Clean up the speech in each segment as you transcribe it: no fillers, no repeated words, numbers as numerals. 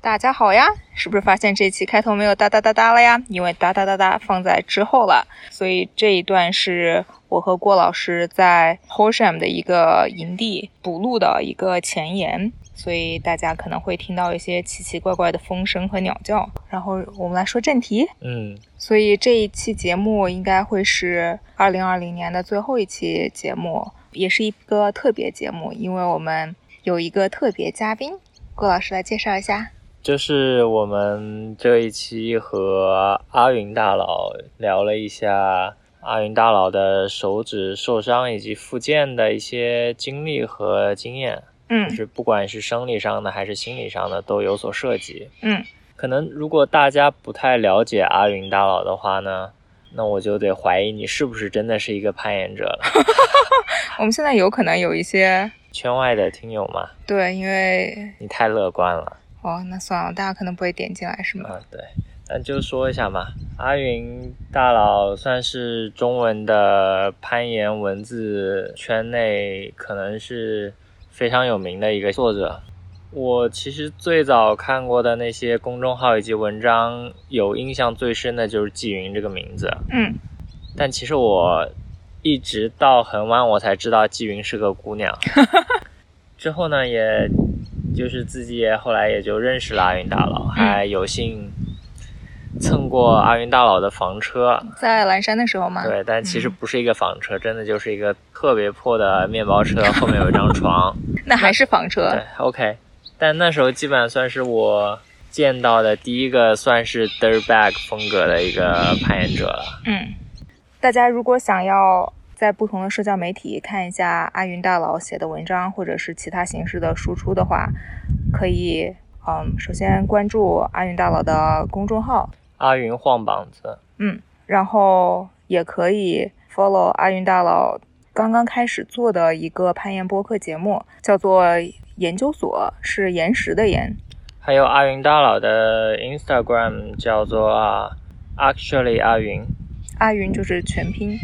大家好呀，是不是发现这期开头没有哒哒哒哒了呀？因为哒哒哒哒放在之后了，所以这一段是我和郭老师在 Horsham 的一个营地补录的一个前言，所以大家可能会听到一些奇奇怪怪的风声和鸟叫。然后我们来说正题。所以这一期节目应该会是2020年的最后一期节目，也是一个特别节目，因为我们有一个特别嘉宾。郭老师来介绍一下。 就是我们这一期和阿云大佬聊了一下阿云大佬的手指受伤以及复健的一些经历和经验，就是不管是生理上的还是心理上的都有所涉及。可能如果大家不太了解阿云大佬的话呢，那我就得怀疑你是不是真的是一个攀岩者了。 我们现在有可能有一些圈外的听友嘛？ 对，因为你太乐观了。 那算了，大家可能不会点进来是吗？ 对，但就说一下嘛，阿云大佬算是中文的攀岩文字圈内可能是非常有名的一个作者。我其实最早看过的那些公众号以及文章，有印象最深的就是纪云这个名字。但其实我一直到很晚我才知道纪云是个姑娘。之后呢，也就是自己也后来也就认识了阿云大佬，还有幸蹭过阿云大佬的房车， 在蓝山的时候吗？ 对，但其实不是一个房车，真的就是一个特别破的面包车，后面有一张床。 那还是房车。 对 ，OK。但那时候基本上算是我见到的第一个算是 dirtbag 风格的一个攀岩者了。 大家如果想要在不同的社交媒体看一下阿云大佬写的文章或者是其他形式的输出的话，可以首先关注阿云大佬的公众号阿云晃膀子， 然后也可以 follow 阿云大佬刚刚开始做的一个攀岩播客节目，叫做研究所，是岩石的岩。 还有阿云大佬的 Instagram 叫做 Actually 阿云， 阿云就是全拼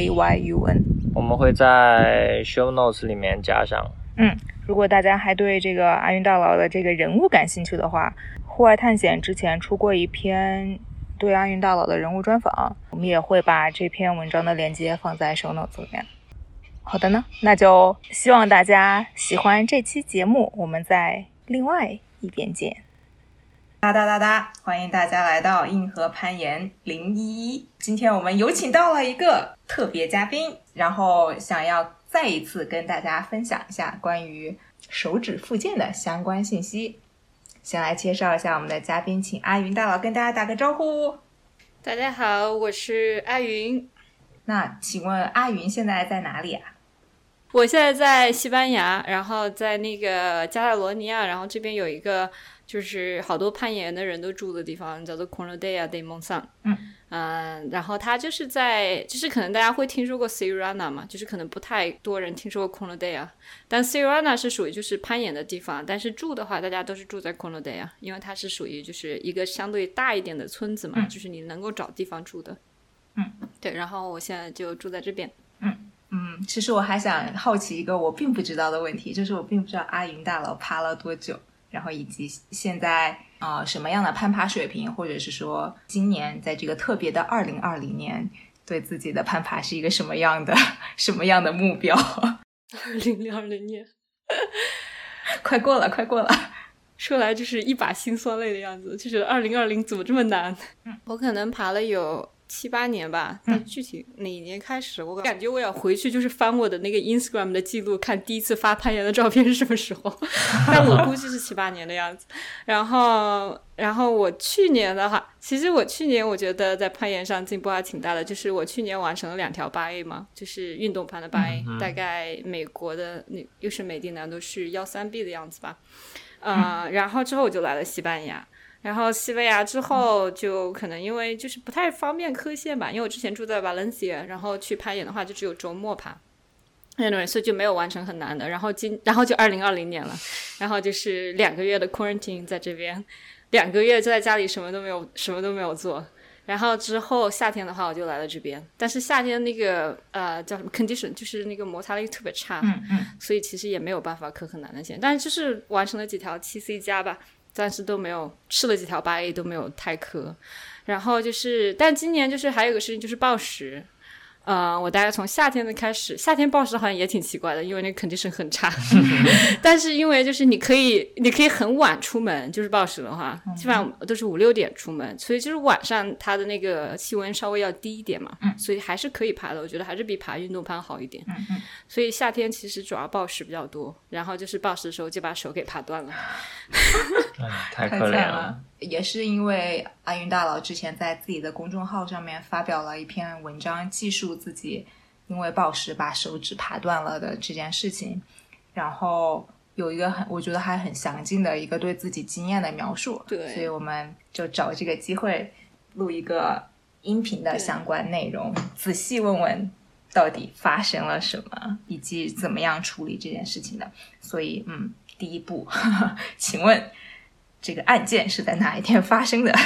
AYUN， 我们会在 show notes 里面加上。 如果大家还对这个阿云大佬的这个人物感兴趣的话，户外探险之前出过一篇对阿云大佬的人物专访，我们也会把这篇文章的链接放在 show notes 里面。好的呢，那就希望大家喜欢这期节目，我们在另外一边见。哒哒哒哒，欢迎大家来到硬核攀岩011。今天我们有请到了一个特别嘉宾，然后想要再一次跟大家分享一下关于手指复健的相关信息。先来介绍一下我们的嘉宾，请阿云大佬跟大家打个招呼。 大家好，我是阿云。 那请问阿云现在在哪里啊？ 我现在在西班牙，然后在那个加泰罗尼亚，然后这边有一个就是好多攀岩的人都住的地方，叫做 Cornudella de Montsant。然后它就是就是可能大家会听说过 Sirana 嘛，就是可能不太多人听说过 Cornudella， 但 Sirana 是属于就是攀岩的地方，但是住的话大家都是住在 Cornudella， 因为它是属于就是一个相对大一点的村子嘛，就是你能够找地方住的。对，然后我现在就住在这边。 其实我还想好奇一个我并不知道的问题，就是我并不知道阿云大佬爬了多久，然后以及现在什么样的攀爬水平，或者是说今年在这个特别的2020年对自己的攀爬是一个什么样的目标。 2020年快过了说来就是一把辛酸泪的样子，就是2020怎么这么难。我可能爬了有7-8年吧，但具体哪一年开始，我感觉我要回去就是翻我的那个 Instagram 的记录，看第一次发攀岩的照片是什么时候。但我估计是7-8年的样子。然后我去年的话，其实我去年我觉得在攀岩上进步还挺大的，就是我去年完成了2条8A 嘛，就是运动攀的8A，大概美国的又是美的难度是13B 的样子吧。然后之后我就来了西班牙。然后西班牙之后就可能因为就是不太方便科线吧，因为我之前住在 Valencia， 然后去攀岩的话就只有周末爬，所以就没有完成很难的。然后就2020年了，然后就是2个月的 quarantine 在这边，2个月就在家里什么都没有做。然后之后夏天的话我就来了这边，但是夏天那个叫什么 condition 就是那个摩擦力特别差，所以其实也没有办法克很难的线，但是就是完成了几条7C 加吧。 但是都没有吃了几条8A都没有太磕。然后就是但今年就是还有个事情就是暴食，我大概从夏天的开始，夏天暴食好像也挺奇怪的，因为那个 condition 很差但是因为就是你可以很晚出门，就是暴食的话基本上都是5、6点出门，所以就是晚上它的那个气温稍微要低一点嘛，所以还是可以爬的，我觉得还是比爬运动攀好一点。所以夏天其实主要暴食比较多，然后就是暴食的时候就把手给爬断了太可怜了。 也是因为阿云大佬之前在自己的公众号上面发表了一篇文章，记述自己因为暴食把手指爬断了的这件事情，然后有一个我觉得还很详尽的一个对自己经验的描述。 对， 所以我们就找这个机会录一个音频的相关内容，仔细问问到底发生了什么以及怎么样处理这件事情的。所以第一步请问这个案件是在哪一天发生的？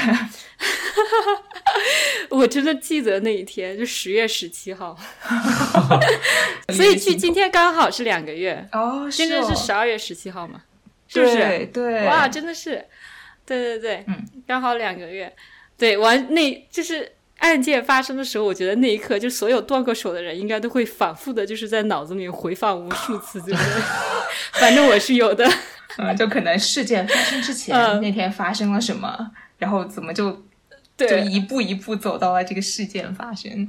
我真的记得那一天就10月17号所以距今天刚好是2个月哦， 今天是12月17号嘛，是不是？ 对对， 哇，真的是，对，刚好2个月。对，那就是案件发生的时候，我觉得那一刻就所有断过手的人应该都会反复的就是在脑子里面回放无数次，对不对？反正我是有的就可能事件发生之前那天发生了什么，然后怎么就一步一步走到了这个事件发生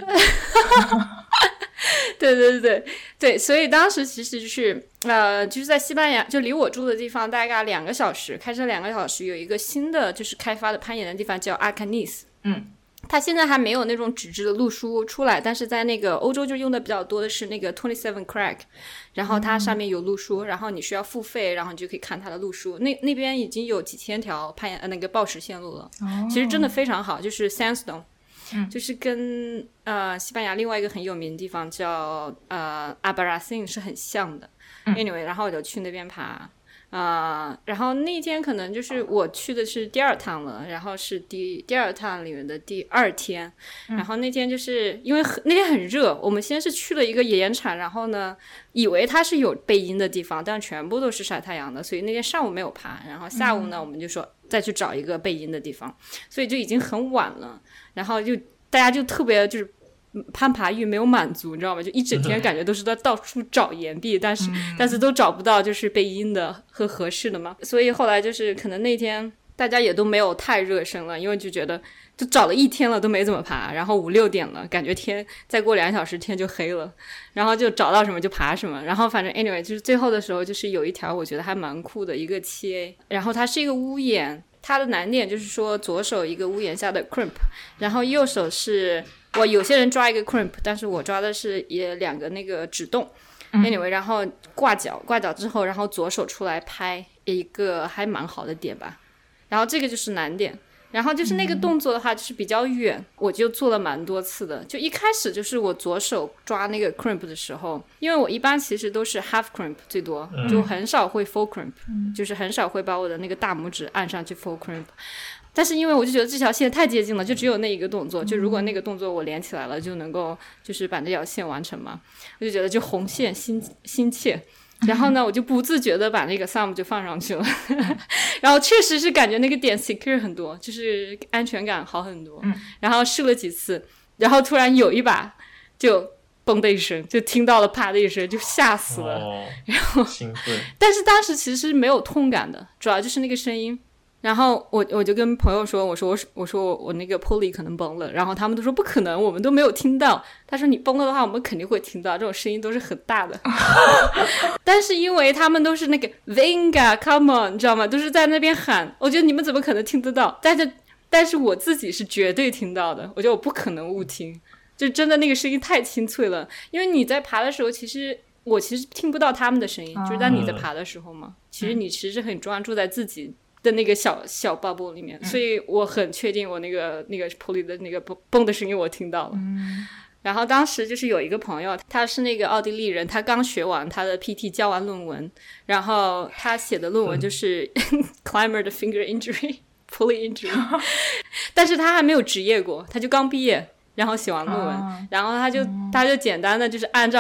对，所以当时其实就是就是在西班牙，就离我住的地方大概2个小时，开车2个小时，有一个新的就是开发的攀岩的地方叫阿卡尼斯。它现在还没有那种纸质的路书出来，但是在那个欧洲就用的比较多的是那个 27 Crack， 然后它上面有路书，然后你需要付费，然后你就可以看它的路书。那边已经有几千条那个暴食线路了，其实真的非常好，就是 Sandstone，就是跟西班牙另外一个很有名的地方叫Albarracin 是很像的。Anyway， 然后我就去那边爬。然后那天可能就是我去的是第2趟了，然后是第2趟里面的第2天，然后那天就是因为那天很热，我们先是去了一个岩场，然后呢以为它是有背阴的地方，但全部都是晒太阳的，所以那天上午没有爬，然后下午呢我们就说再去找一个背阴的地方，所以就已经很晚了，然后就大家就特别就是攀爬欲没有满足，你知道吗？就一整天感觉都是在到处找岩壁，但是都找不到就是背阴的和合适的嘛。所以后来就是可能那天大家也都没有太热身了，因为就觉得就找了1天了都没怎么爬，然后5、6点了，感觉天再过2个小时天就黑了，然后就找到什么就爬什么。然后反正 anyway 就是最后的时候就是有一条我觉得还蛮酷的一个7A， 然后它是一个屋檐，它的难点就是说左手一个屋檐下的 crimp， 然后右手是我有些人抓一个 crimp， 但是我抓的是2个那个指动。Anyway， 然后挂脚之后，然后左手出来拍一个还蛮好的点吧，然后这个就是难点。然后就是那个动作的话就是比较远，我就做了蛮多次的。就一开始就是我左手抓那个 crimp 的时候，因为我一般其实都是 half crimp 最多，就很少会 full crimp，就是很少会把我的那个大拇指按上去 full crimp。但是因为我就觉得这条线太接近了，就只有那一个动作，就如果那个动作我连起来了就能够就是把这条线完成嘛，我就觉得就红线心切。然后呢我就不自觉的把那个 thumb 就放上去了然后确实是感觉那个点 secure 很多，就是安全感好很多。然后试了几次，然后突然有一把就嘣的一声，就听到了啪的一声，就吓死了。然后兴奋， 但是当时其实是没有痛感的，主要就是那个声音。然后我就跟朋友说，我说我那个 pulley 可能崩了，然后他们都说不可能，我们都没有听到。他说你崩了的话我们肯定会听到，这种声音都是很大的但是因为他们都是那个 Venga come on 你知道吗，都是在那边喊，我觉得你们怎么可能听得到，但是我自己是绝对听到的，我觉得我不可能误听，就真的那个声音太清脆了。因为你在爬的时候我其实听不到他们的声音，就是当你在爬的时候嘛，其实你其实很专注在自己的那个小 bubble 里面，所以我很确定我那个 pulley 的那个蹦的声音我听到了。然后当时就是有一个朋友，他是那个奥地利人，他刚学完他的 PT 交完论文，然后他写的论文就是 climber 的 finger injury pulley injury 但是他还没有执业过，他就刚毕业然后写完论文，然后他就简单的就是按照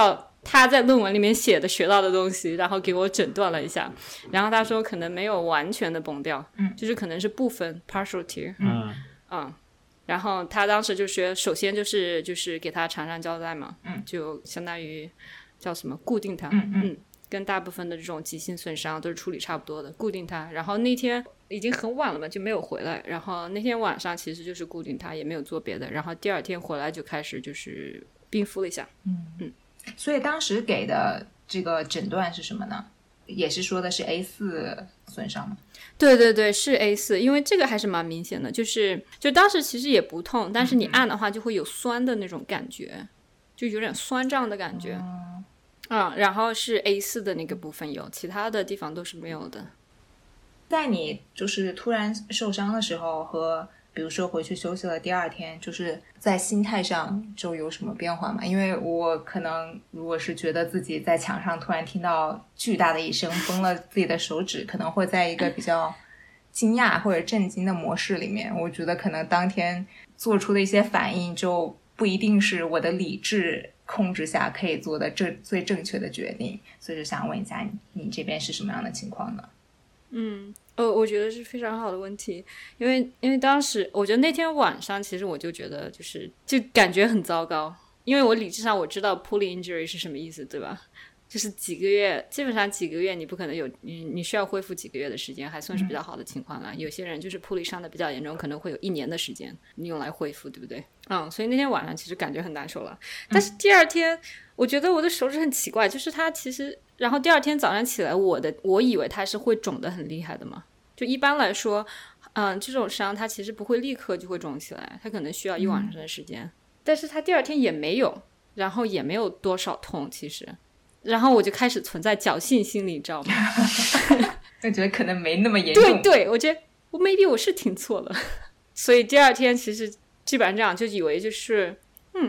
他在论文里面写的学到的东西，然后给我诊断了一下，然后他说可能没有完全的崩掉，就是可能是部分 partial tear，然后他当时就说，首先就是给他缠上胶带嘛，就相当于叫什么固定它，跟大部分的这种急性损伤都是处理差不多的，固定它。然后那天已经很晚了嘛，就没有回来。然后那天晚上其实就是固定它，也没有做别的。然后第二天回来就开始就是冰敷了一下。 所以当时给的这个诊断是什么呢？也是说的是 A4 损伤吗？ 对对对，是 A4，因为这个还是蛮明显的，就当时其实也不痛，但是你按的话就会有酸的那种感觉，就有点酸胀的感觉。然后是 A4 的那个部分有，其他的地方都是没有的。 在你就是突然受伤的时候和比如说回去休息了第二天，就是在心态上就有什么变化吗？因为我可能如果是觉得自己在墙上突然听到巨大的一声崩了自己的手指，可能会在一个比较惊讶或者震惊的模式里面，我觉得可能当天做出的一些反应就不一定是我的理智控制下可以做的最正确的决定，所以就想问一下你这边是什么样的情况呢？ 我觉得是非常好的问题，因为当时我觉得那天晚上其实我就觉得就感觉很糟糕，因为我理智上我知道 pulley injury 是什么意思，对吧？就是基本上几个月你不可能有你需要恢复几个月的时间，还算是比较好的情况了。有些人就是 pulley 伤的比较严重，可能会有1年的时间你用来恢复，对不对？所以那天晚上其实感觉很难受了。但是第二天我觉得我的手指很奇怪，就是它其实然后第二天早上起来我以为它是会肿得很厉害的嘛，就一般来说这种伤它其实不会立刻就会肿起来，它可能需要1晚上的时间，但是它第二天也没有，然后也没有多少痛其实，然后我就开始存在侥幸心理，你知道吗？ 我觉得可能没那么严重。 对，我觉得maybe 我是听错了，所以第二天其实基本上这样就以为就是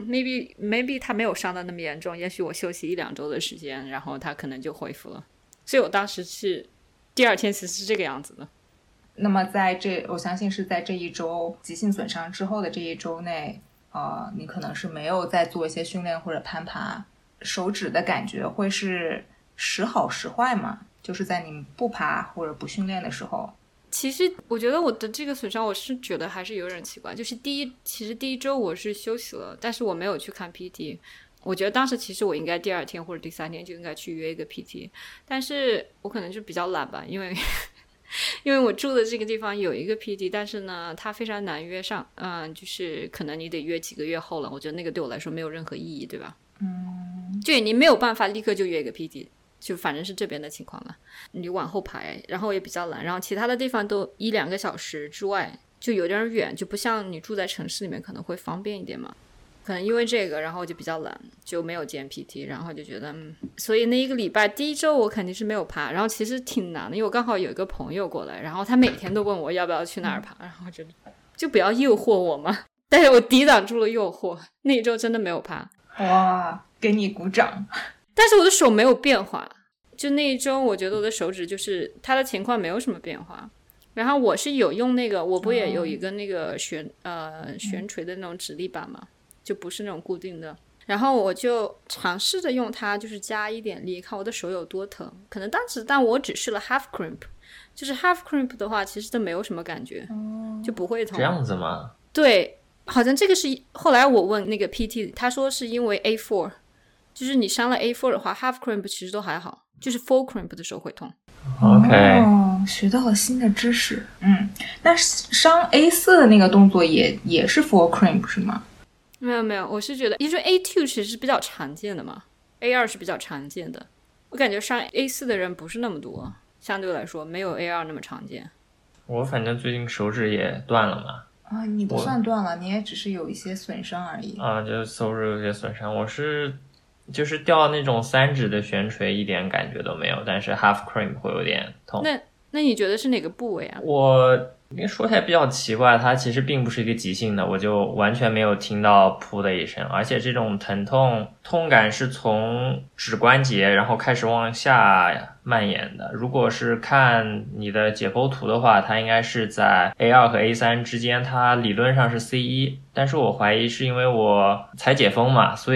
maybe 他没有伤到那么严重，也许我休息1-2周的时间，然后他可能就恢复了。所以我当时是第二天其实是这个样子的。 那么我相信是在这一周急性损伤之后的这一周内，你可能是没有再做一些训练或者攀爬，手指的感觉会是时好时坏吗？就是在你不爬或者不训练的时候。 其实我觉得我的这个损伤我是觉得还是有点奇怪，就是其实第一周我是休息了，但是我没有去看 PT。我觉得当时其实我应该第2天或者第3天就应该去约一个 PT， 但是我可能就比较懒吧，因为我住的这个地方有一个 PT， 但是呢它非常难约上，就是可能你得约几个月后了，我觉得那个对我来说没有任何意义，对吧？就你没有办法立刻就约一个 PT，就反正是这边的情况了，你往后排，然后也比较懒，然后其他的地方都1-2个小时之外，就有点远，就不像你住在城市里面可能会方便一点嘛。可能因为这个，然后我就比较懒，就没有见 PT， 然后就觉得所以那一个礼拜第一周我肯定是没有爬，然后其实挺难的，因为我刚好有一个朋友过来，然后他每天都问我要不要去哪儿爬，然后觉得就不要诱惑我嘛，但是我抵挡住了诱惑，那一周真的没有爬。 哇，给你鼓掌。 但是我的手没有变化，就那一周我觉得我的手指就是它的情况没有什么变化，然后我是有用那个，我不也有一个那个悬垂的那种直立板嘛，就不是那种固定的，然后我就尝试着用它就是加一点力，看我的手有多疼。可能但我只试了 half crimp， 就是 half crimp 的话其实都没有什么感觉，就不会痛。 这样子吗？ 对，好像这个是后来我问那个 PT， 他说是因为 A4， 就是你伤了 A4 的话 half crimp 其实都还好，就是 full crimp 的时候会痛。 OK， 学到了新的知识。那伤 A4 的那个动作也是 full crimp 是吗？ 没有，我是觉得因为 A2 其实是比较常见的嘛， A2 是比较常见的，我感觉伤 A4 的人不是那么多，相对来说没有 A2 那么常见。 我反正最近手指也断了嘛。 你不算断了，你也只是有一些损伤而已。 就是手指有些损伤，我是就是掉那种3指的悬垂一点感觉都没有，但是 half crimp 会有点痛。 那你觉得是哪个部位啊？ 我说起来比较奇怪，它其实并不是一个急性的，我就完全没有听到噗的一声，而且这种痛感是从指关节然后开始往下蔓延的。如果是看你的解剖图的话，它应该是在 A2 和 A3 之间，它理论上是 C1， 但是我怀疑是因为我才解封嘛，所以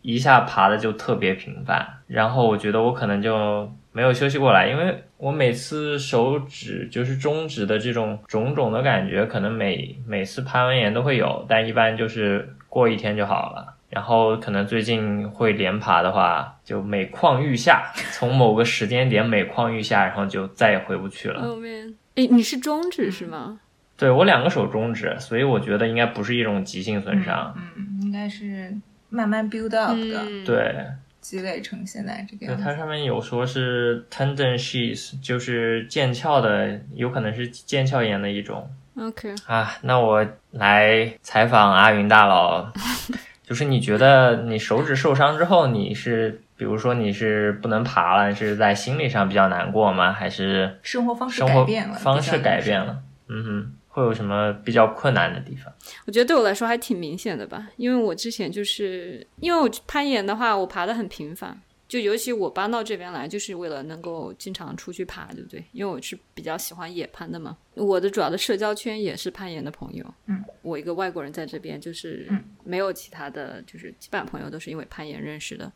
一下爬的就特别频繁，然后我觉得我可能就没有休息过来，因为我每次手指就是中指的这种肿肿的感觉，可能每次攀完岩都会有，但一般就是过一天就好了。然后可能最近会连爬的话，就每况愈下，从某个时间点每况愈下，然后就再也回不去了。 Oh man，你是中指是吗？ 对，我2个手中指，所以我觉得应该不是一种急性损伤， 应该是慢慢 build up 的， 对， 积累成现在这个样子。 它上面有说是 tendon sheath， 就是腱鞘的，有可能是腱鞘炎的一种。 OK 啊，那我来采访阿云大佬，就是你觉得你手指受伤之后，比如说你是不能爬了，是在心理上比较难过吗？还是生活方式改变了？ 方式改变了，会有什么比较困难的地方？ 我觉得对我来说还挺明显的吧，因为我之前因为我攀岩的话，我爬得很频繁，就尤其我搬到这边来，就是为了能够经常出去爬，对不对？因为我是比较喜欢野攀的嘛。我的主要的社交圈也是攀岩的朋友，我一个外国人在这边，就是没有其他的，就是基本上朋友都是因为攀岩认识的，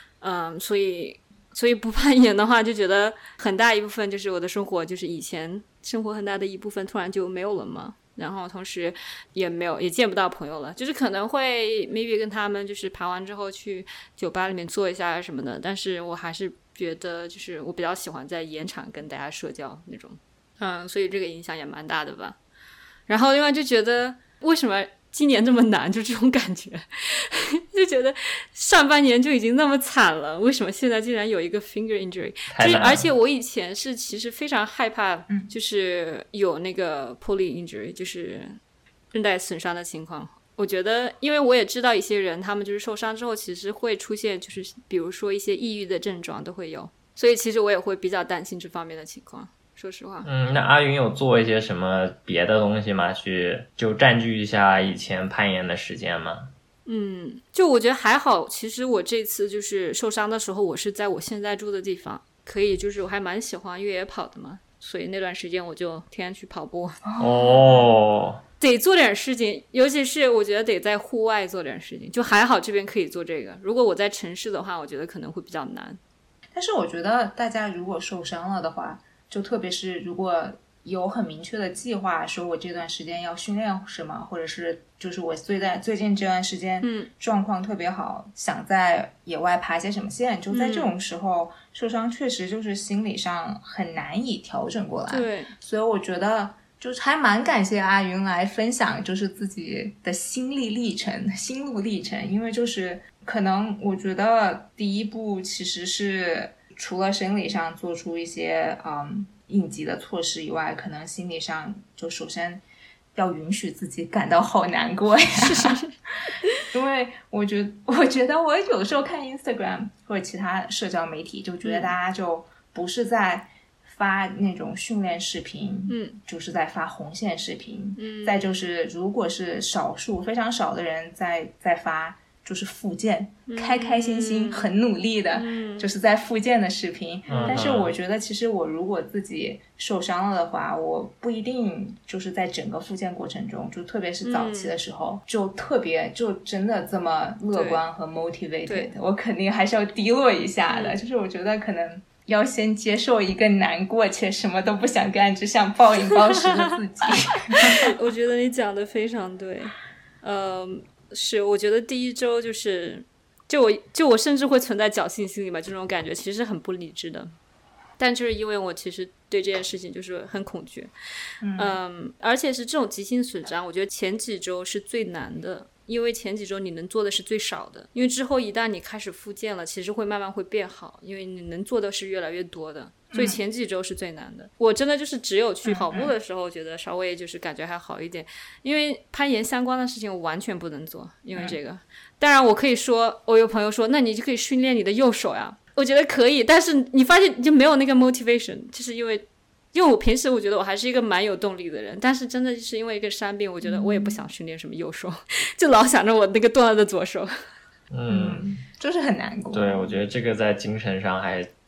所以不攀岩的话，就觉得很大一部分就是我的生活，就是以前生活很大的一部分突然就没有了嘛。然后同时也见不到朋友了，就是可能会 maybe 跟他们就是爬完之后去酒吧里面坐一下什么的，但是我还是觉得就是我比较喜欢在岩场跟大家社交那种，所以这个影响也蛮大的吧。然后另外就觉得为什么今年这么难，就这种感觉就觉得上半年就已经那么惨了，为什么现在竟然有一个 finger injury， 就是而且我以前是其实非常害怕就是有那个 poly injury， 就是韧带损伤的情况。我觉得因为我也知道一些人他们就是受伤之后其实会出现就是比如说一些抑郁的症状都会有，所以其实我也会比较担心这方面的情况，说实话。 那阿云有做一些什么别的东西吗？就占据一下以前攀岩的时间吗？ 就我觉得还好，其实我这次就是受伤的时候，我是在我现在住的地方，可以就是我还蛮喜欢越野跑的嘛，所以那段时间我就天天去跑步。得做点事情，尤其是我觉得得在户外做点事情，就还好这边可以做这个，如果我在城市的话，我觉得可能会比较难。 但是我觉得大家如果受伤了的话，就特别是如果有很明确的计划，说我这段时间要训练什么，或者是就是我最近这段时间状况特别好，想在野外爬一些什么线，就在这种时候受伤确实就是心理上很难以调整过来。 对， 所以我觉得就是还蛮感谢阿云来分享就是自己的心路历程，因为就是可能我觉得第一步其实是除了生理上做出一些应急的措施以外，可能心理上就首先要允许自己感到好难过呀。因为我觉得我有时候看 Instagram 或者其他社交媒体，就觉得大家就不是在发那种训练视频，就是在发红线视频，再就是如果是少数非常少的人在发就是复健，开开心心很努力的就是在复健的视频，但是我觉得其实我如果自己受伤了的话，我不一定就是在整个复健过程中，就特别是早期的时候就真的这么乐观和 motivated， 我肯定还是要低落一下的，就是我觉得可能要先接受一个难过且什么都不想干只想暴饮暴食的自己。 我觉得你讲的非常对。是我觉得第一周就我甚至会存在侥幸心理吧，这种感觉其实很不理智的，但就是因为我其实对这件事情就是很恐惧，而且是这种急性损伤，我觉得前几周是最难的，因为前几周你能做的是最少的，因为之后一旦你开始复健了，其实会慢慢会变好，因为你能做的是越来越多的，所以前几周是最难的。我真的就是只有去跑步的时候觉得稍微就是感觉还好一点，因为攀岩相关的事情我完全不能做，因为这个当然我可以说，我有朋友说那你就可以训练你的右手呀，我觉得可以，但是你发现你就没有那个 motivation， 就是因为我平时我觉得我还是一个蛮有动力的人，但是真的是因为一个伤病，我觉得我也不想训练什么右手，就老想着我那个断了的左手。 就是很难过。 对，我觉得这个在精神上还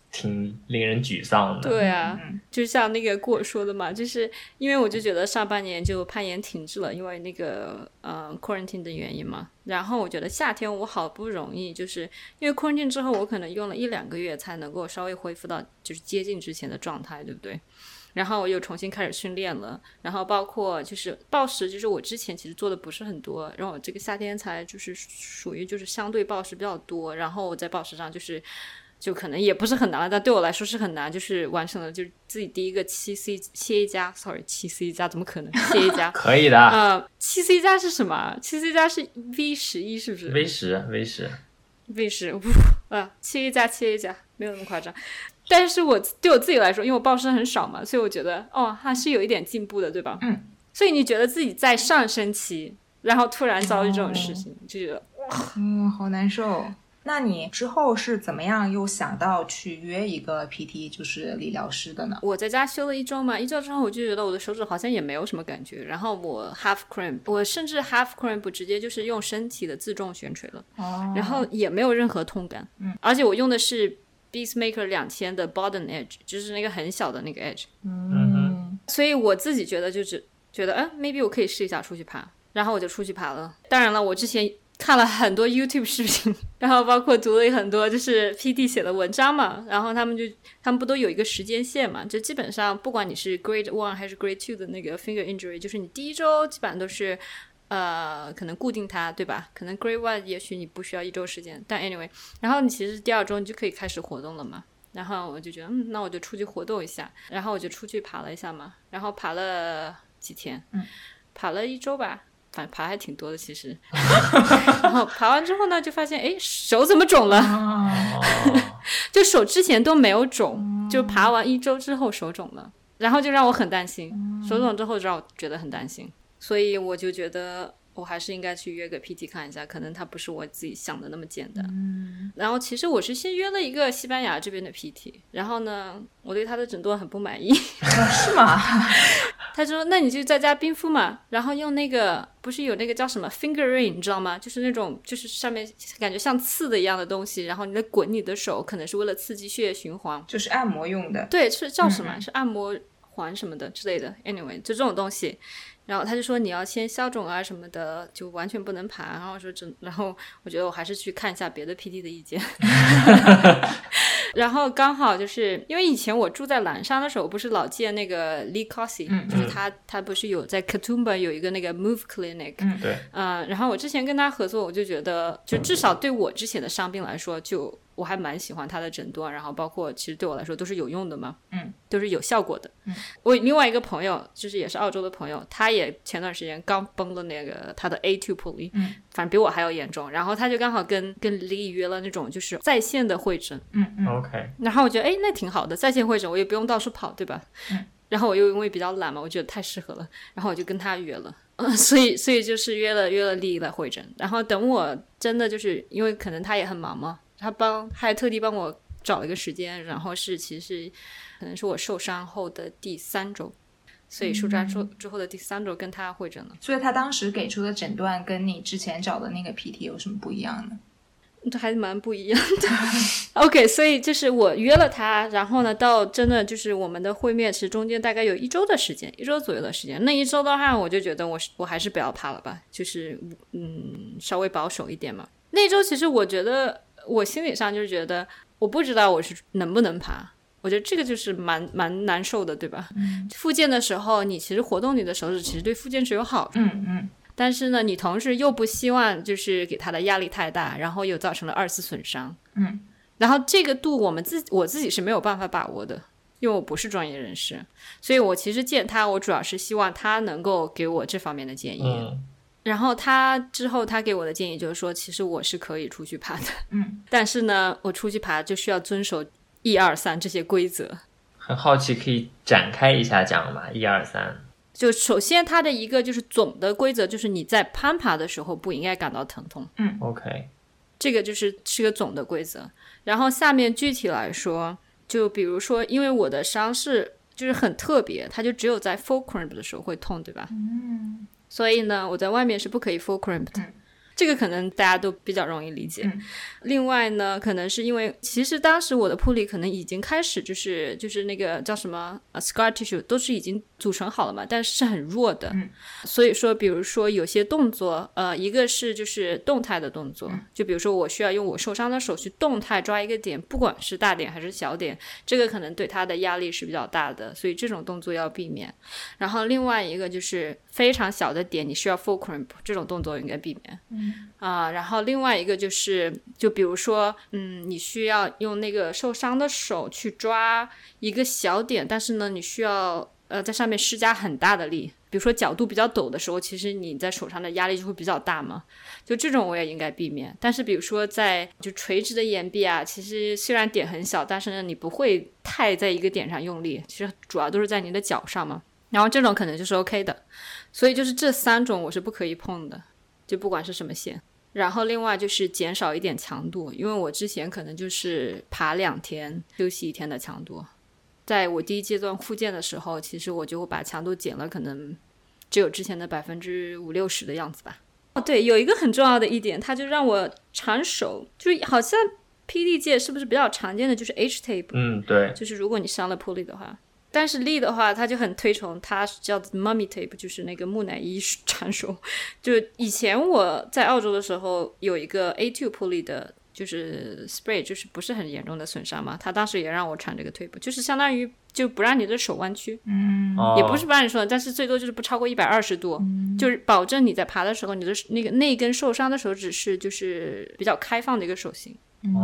挺令人沮丧的。 对啊，就像那个过说的嘛，就是因为我就觉得上半年就攀岩停滞了，因为那个quarantine 的原因嘛。然后我觉得夏天我好不容易，就是因为 quarantine 之后，我可能用了1-2个月才能够稍微恢复到就是接近之前的状态，对不对？然后我又重新开始训练了，然后包括就是暴食，就是我之前其实做的不是很多，然后我这个夏天才就是属于就是相对暴食比较多，然后我在暴食上就可能也不是很难了，但对我来说是很难，就是完成了就是自己第一个7A 加 ，sorry 7C 加怎么可能7A 加可以的。 7C 加是什么？7C 加是 V11是不是 V10 7A 加7A 加没有那么夸张。但是对我自己来说，因为我暴食很少嘛，所以我觉得还是有一点进步的，对吧？所以你觉得自己在上升期，然后突然遭遇这种事情，就觉得好难受。那你之后是怎么样又想到去约一个 PT 就是理疗师的呢？ 我在家休了1周嘛，1周之后我就觉得我的手指好像也没有什么感觉，然后我 half cramp， 我甚至 half cramp 直接就是用身体的自重悬垂了，然后也没有任何痛感，而且我用的是 Beastmaker 2000的 bottom edge， 就是那个很小的那个 edge，所以我自己觉得就是觉得maybe 我可以试一下出去爬，然后我就出去爬了。当然了，我之前看了很多 YouTube 视频，然后包括读了很多就是 PT 写的文章嘛，然后他们不都有一个时间线嘛，就基本上不管你是 Grade 1还是 Grade 2的那个 finger injury， 就是你第1周基本上都是可能固定它，对吧？可能 Grade 1也许你不需要1周时间，但 anyway， 然后你其实第2周你就可以开始活动了嘛。然后我就觉得那我就出去活动一下，然后我就出去爬了一下嘛，然后爬了几天，爬了1周吧，反正爬还挺多的其实。然后爬完之后呢，就发现手怎么肿了？就手之前都没有肿，就爬完1周之后手肿了，然后就让我很担心，手肿之后让我觉得很担心，所以我就觉得我还是应该去约个 PT 看一下，可能它不是我自己想的那么简单。然后其实我是先约了一个西班牙这边的 PT， 然后呢我对他的诊断很不满意。 是吗？ 他说那你就在家冰敷嘛，然后用那个不是有那个叫什么 finger ring 你知道吗？就是那种就是上面感觉像刺的一样的东西，然后你在滚你的手，可能是为了刺激血液循环， 就是按摩用的。 对，是叫什么？是按摩环什么的之类的 anyway 就这种东西。然后他就说你要先消肿啊什么的，就完全不能爬。然后然后我觉得我还是去看一下别的 PT 的意见。然后刚好就是因为以前我住在蓝山的时候，我不是老见那个 Lee Cossi，就是他不是有在 Katoomba 有一个那个 Move Clinic， 对， 然后我之前跟他合作，我就觉得就至少对我之前的伤病来说，就我还蛮喜欢他的诊断，然后包括其实对我来说都是有用的嘛，都是有效果的。我另外一个朋友就是也是澳洲的朋友，他也前段时间刚崩了那个他的 A2 pulley，反正比我还要严重，然后他就刚好跟李约了那种就是在线的会诊 ，OK， 然后我觉得那挺好的，在线会诊我也不用到处跑，对吧？然后我又因为比较懒嘛，我觉得太适合了，然后我就跟他约了。所以就是约了丽来会诊，然后等我真的就是因为可能他也很忙嘛，他还特地帮我找了一个时间，然后其实可能是我受伤后的第3周，所以受伤之后的第3周跟他会诊了。 所以他当时给出的诊断跟你之前找的那个 PT 有什么不一样呢？ 这还蛮不一样的。OK， 所以就是我约了他，然后呢到真的就是我们的会面其实中间大概有1周的时间，1周左右的时间。那1周的话我就觉得我还是不要爬了吧，就是稍微保守一点嘛。那1周其实我觉得我心理上就是觉得我不知道我是能不能爬，我觉得这个就是蛮难受的，对吧？复健的时候你其实活动你的手指其实对复健是有好处，但是呢你同时又不希望就是给他的压力太大，然后又造成了2次损伤，然后这个度我自己是没有办法把握的，因为我不是专业人士，所以我其实见他我主要是希望他能够给我这方面的建议，然后之后他给我的建议就是说其实我是可以出去爬的，但是呢我出去爬就需要遵守1、2、3这些规则。 很好奇，可以展开一下讲吗？1、2、3。 就首先它的一个就是总的规则就是你在攀爬的时候不应该感到疼痛 ，OK， 这个是个总的规则。然后下面具体来说，就比如说因为我的伤势就是很特别，它就只有在 full cramp 的时候会痛，对吧？所以呢我在外面是不可以 full cramp 的， 这个可能大家都比较容易理解。另外呢，可能是因为其实当时我的铺里可能已经开始就是那个叫什么scar tissue 都是已经组成好了嘛，但是很弱的。所以说比如说有些动作一个是就是动态的动作，就比如说我需要用我受伤的手去动态抓一个点，不管是大点还是小点，这个可能对它的压力是比较大的，所以这种动作要避免。然后另外一个就是非常小的点你需要 full crimp， 这种动作应该避免。然后另外一个就是就比如说你需要用那个受伤的手去抓一个小点，但是呢你需要在上面施加很大的力，比如说角度比较陡的时候，其实你在手上的压力就会比较大嘛，就这种我也应该避免。但是比如说在就垂直的岩壁啊，其实虽然点很小，但是呢你不会太在一个点上用力，其实主要都是在你的脚上嘛，然后这种可能就是 OK 的。所以就是这3种我是不可以碰的，就不管是什么线。然后另外就是减少一点强度，因为我之前可能就是爬2天休息1天的强度，在我第一阶段复健的时候，其实我就把强度减了，可能只有之前的50%-60%的样子吧。对，有一个很重要的一点，它就让我缠手，就是好像 PD 界是不是比较常见的就是 H tape。 对， 就是如果你伤了 pulley 的话，但是Lee的话他就很推崇他叫 mummy tape， 就是那个木乃伊缠手。就以前我在澳洲的时候有一个 A2 pulley 的就是 spray， 就是不是很严重的损伤嘛，他当时也让我缠这个 tape， 就是相当于就不让你的手弯曲。也不是不让你说，但是最多就是不超过120度，就是保证你在爬的时候你的那根受伤的手指是就是比较开放的一个手型。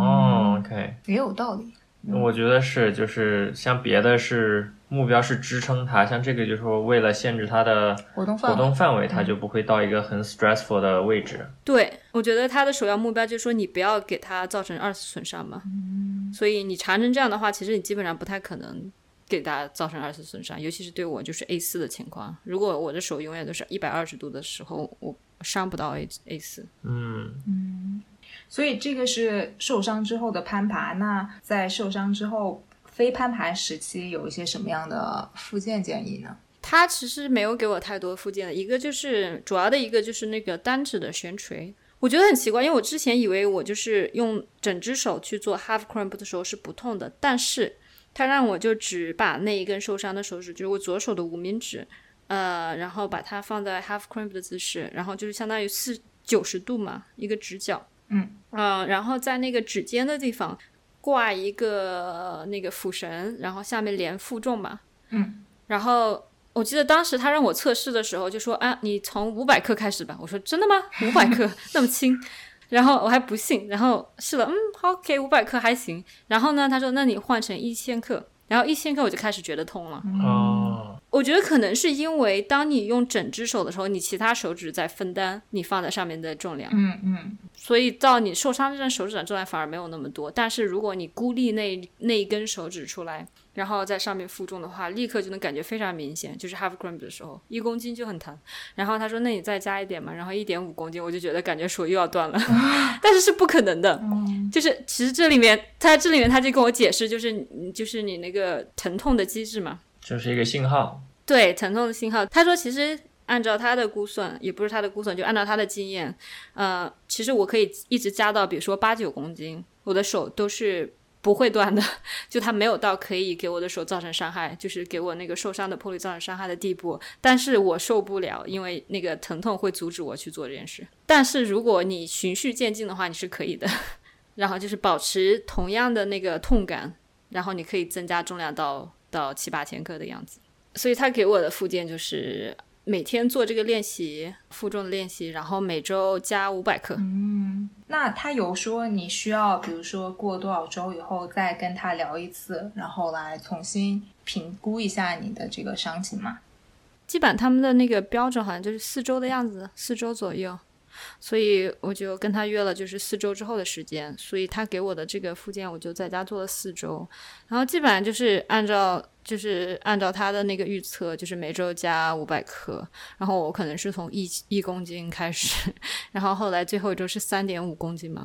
OK， 也有道理。 我觉得是，就是像别的是目标是支撑它，像这个就是说为了限制它的活动范围，它就不会到一个很 stressful 的位置。 对，我觉得它的首要目标就是说你不要给它造成2次损伤嘛。所以你缠成这样的话，其实你基本上不太可能给它造成2次损伤，尤其是对我就是 A4 的情况，如果我的手永远都是120度的时候，我伤不到 A4。 所以这个是受伤之后的攀爬，那在受伤之后非攀爬时期有一些什么样的复健建议呢？ 他其实没有给我太多复健的，一个就是主要的一个就是那个单指的悬垂，我觉得很奇怪，因为我之前以为我就是用整只手去做 half cramp 的时候是不痛的，但是他让我就只把那一根受伤的手指，就是我左手的无名指然后把它放在 half cramp 的姿势，然后就是相当于90度嘛，一个直角。然后在那个指尖的地方挂一个那个辅绳，然后下面连负重嘛。然后我记得当时他让我测试的时候就说你从500克开始吧，我说真的吗？500克那么轻？然后我还不信，然后试了好 OK 500克还行，然后呢他说那你换成1000克，然后1000克我就开始觉得痛了。我觉得可能是因为当你用整只手的时候，你其他手指在分担你放在上面的重量。所以到你受伤这根手指的重量反而没有那么多，但是如果你孤立那一根手指出来，然后在上面负重的话，立刻就能感觉非常明显，就是 half cramp 的时候1公斤就很疼。然后他说那你再加一点嘛，然后1.5公斤，我就觉得感觉手又要断了但是是不可能的。就是其实这里面他就跟我解释，就是你那个疼痛的机制嘛， 就是一个信号。 对，疼痛的信号。他说其实按照他的估算，也不是他的估算，就按照他的经验其实我可以一直加到比如说8-9公斤，我的手都是不会断的，就他没有到可以给我的手造成伤害，就是给我那个受伤的 pulley 造成伤害的地步，但是我受不了，因为那个疼痛会阻止我去做这件事。但是如果你循序渐进的话，你是可以的然后就是保持同样的那个痛感，然后你可以增加重量到7-8千克的样子。所以他给我的复健就是每天做这个练习，负重的练习，然后每周加500克。 那他有说你需要比如说过多少周以后再跟他聊一次，然后来重新评估一下你的这个伤情吗？ 基本他们的那个标准好像就是4周的样子，4周左右，所以我就跟他约了就是4周之后的时间，所以他给我的这个复健我就在家做了4周，然后基本上就是按照他的那个预测，就是每周加500克，然后我可能是从1公斤开始，然后后来最后一周是3.5公斤嘛，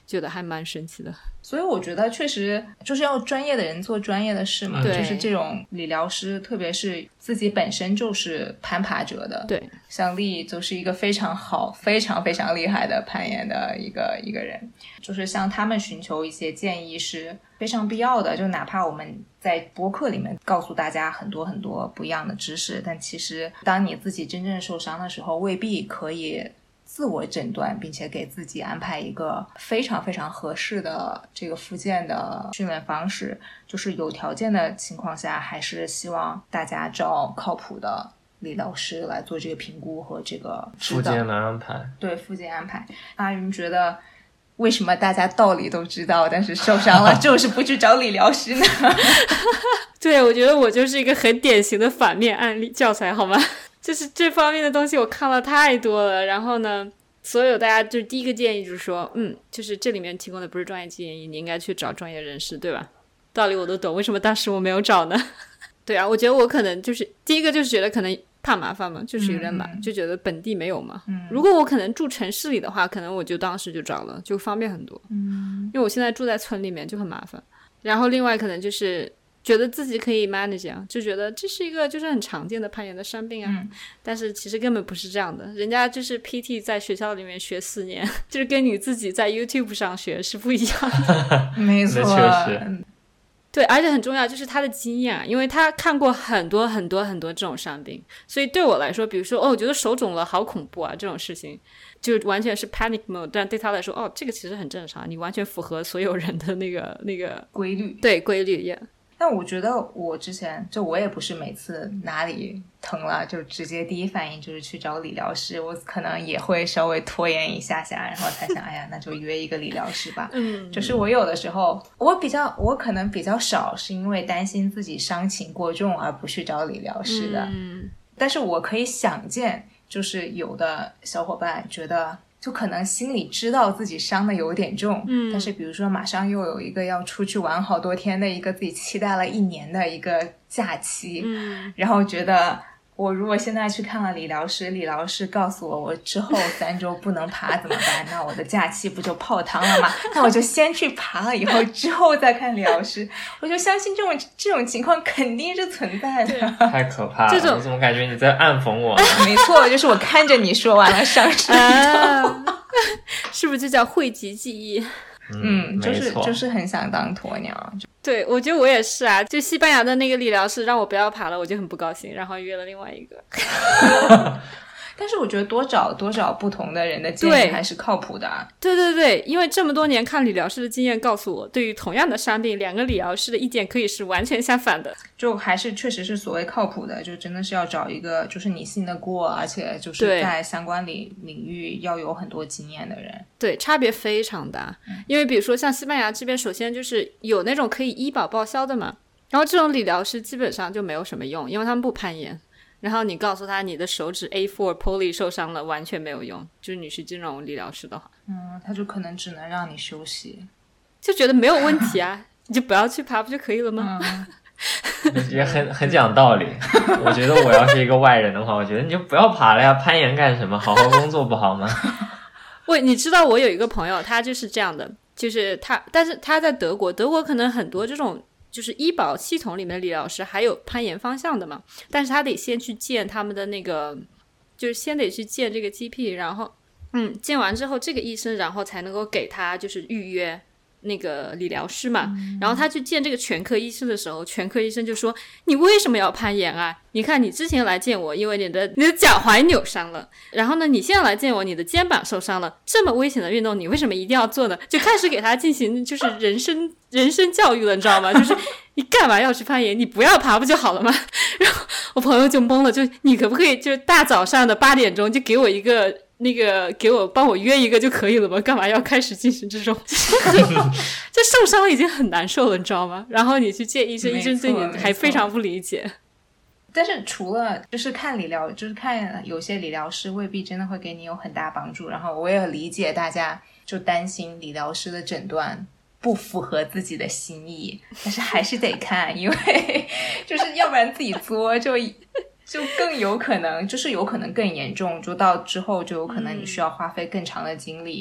觉得还蛮神奇的。 所以我觉得确实就是要专业的人做专业的事嘛，就是这种理疗师，特别是自己本身就是攀爬者的， 对， 像丽就是一个非常好非常非常厉害的攀岩的一个人，就是向他们寻求一些建议是非常必要的，就哪怕我们在播客里面告诉大家很多很多不一样的知识，但其实当你自己真正受伤的时候，未必可以自我诊断，并且给自己安排一个非常非常合适的这个复健的训练方式。就是有条件的情况下，还是希望大家找靠谱的理疗师来做这个评估和这个复健的安排。 对，复健安排。阿云觉得为什么大家道理都知道，但是受伤了就是不去找理疗师呢？ 对，我觉得我就是一个很典型的反面案例教材，好吗？就是这方面的东西我看了太多了，然后呢，所有大家就第一个建议就是说，就是这里面提供的不是专业建议，你应该去找专业人士，对吧？道理我都懂，为什么当时我没有找呢？对啊，我觉得我可能就是第一个就是觉得可能怕麻烦嘛，就是有点懒，就觉得本地没有嘛。如果我可能住城市里的话，可能我就当时就找了，就方便很多。因为我现在住在村里面就很麻烦。然后另外可能就是觉得自己可以 manage 啊，就觉得这是一个就是很常见的攀岩的伤病啊，但是其实根本不是这样的，人家就是 PT 在学校里面学4年，就是跟你自己在 YouTube 上学是不一样的。 没错， 确实。 对，而且很重要就是他的经验啊，因为他看过很多很多很多这种伤病，所以对我来说，比如说我觉得手肿了好恐怖啊，这种事情就完全是 panic mode， 但对他来说这个其实很正常，你完全符合所有人的那个规律， 对，规律也。 但我觉得我之前就我也不是每次哪里疼了就直接第一反应就是去找理疗师，我可能也会稍微拖延一下下，然后才想哎呀那就约一个理疗师吧。就是我有的时候我可能比较少是因为担心自己伤情过重而不去找理疗师的。但是我可以想见就是有的小伙伴觉得就可能心里知道自己伤的有点重，但是比如说马上又有一个要出去玩好多天的一个自己期待了1年的一个假期，然后觉得我如果现在去看了理疗师，理疗师告诉我之后3周不能爬怎么办？那我的假期不就泡汤了吗？那我就先去爬了，以后之后再看理疗师。我就相信这种情况肯定是存在的。 太可怕了，我怎么感觉你在暗讽我呢？ 没错，就是我看着你说完了伤势是不是就叫讳疾忌医？ 就是很想当鸵鸟。 对，我觉得我也是啊，就西班牙的那个理疗师让我不要爬了，我就很不高兴，然后约了另外一个。 但是我觉得多找不同的人的建议还是靠谱的。 对对对，因为这么多年看理疗师的经验告诉我，对于同样的伤病，2个理疗师的意见可以是完全相反的。 就还是确实是所谓靠谱的，就真的是要找一个就是你信得过，而且就是在相关领域要有很多经验的人。 对，差别非常大。因为比如说像西班牙这边，首先就是有那种可以医保报销的嘛，然后这种理疗师基本上就没有什么用，因为他们不攀岩。然后你告诉他你的手指 A4 poly 受伤了，完全没有用，就是你是这种理疗师的话， 他就可能只能让你休息， 就觉得没有问题啊你就不要去爬不就可以了吗？ 也很讲道理。我觉得我要是一个外人的话，我觉得你就不要爬了呀，攀岩干什么？好好工作不好吗？ 喂，你知道我有一个朋友，他就是这样的，就是但是他在德国可能很多这种就是医保系统里面的理疗师还有攀岩方向的嘛，但是他得先去见他们的那个，就是先得去见这个 GP， 然后见完之后这个医生然后才能够给他就是预约那个理疗师嘛，然后他去见这个全科医生的时候，全科医生就说你为什么要攀岩啊？你看你之前来见我，因为你的脚踝扭伤了，然后呢你现在来见我，你的肩膀受伤了，这么危险的运动你为什么一定要做呢？就开始给他进行就是人生教育了，你知道吗？就是你干嘛要去攀岩？你不要爬不就好了吗？然后我朋友就懵了，就你可不可以就是大早上的8点钟就给我一个那个帮我约一个就可以了吗？干嘛要开始进行这种就受伤已经很难受了，你知道吗？然后你去见医生，医生对你还非常不理解。 但是除了就是看理疗，就是看有些理疗师未必真的会给你有很大帮助，然后我也理解大家就担心理疗师的诊断不符合自己的心意，但是还是得看，因为就是要不然自己作就更有可能，就是有可能更严重，就到之后就有可能你需要花费更长的精力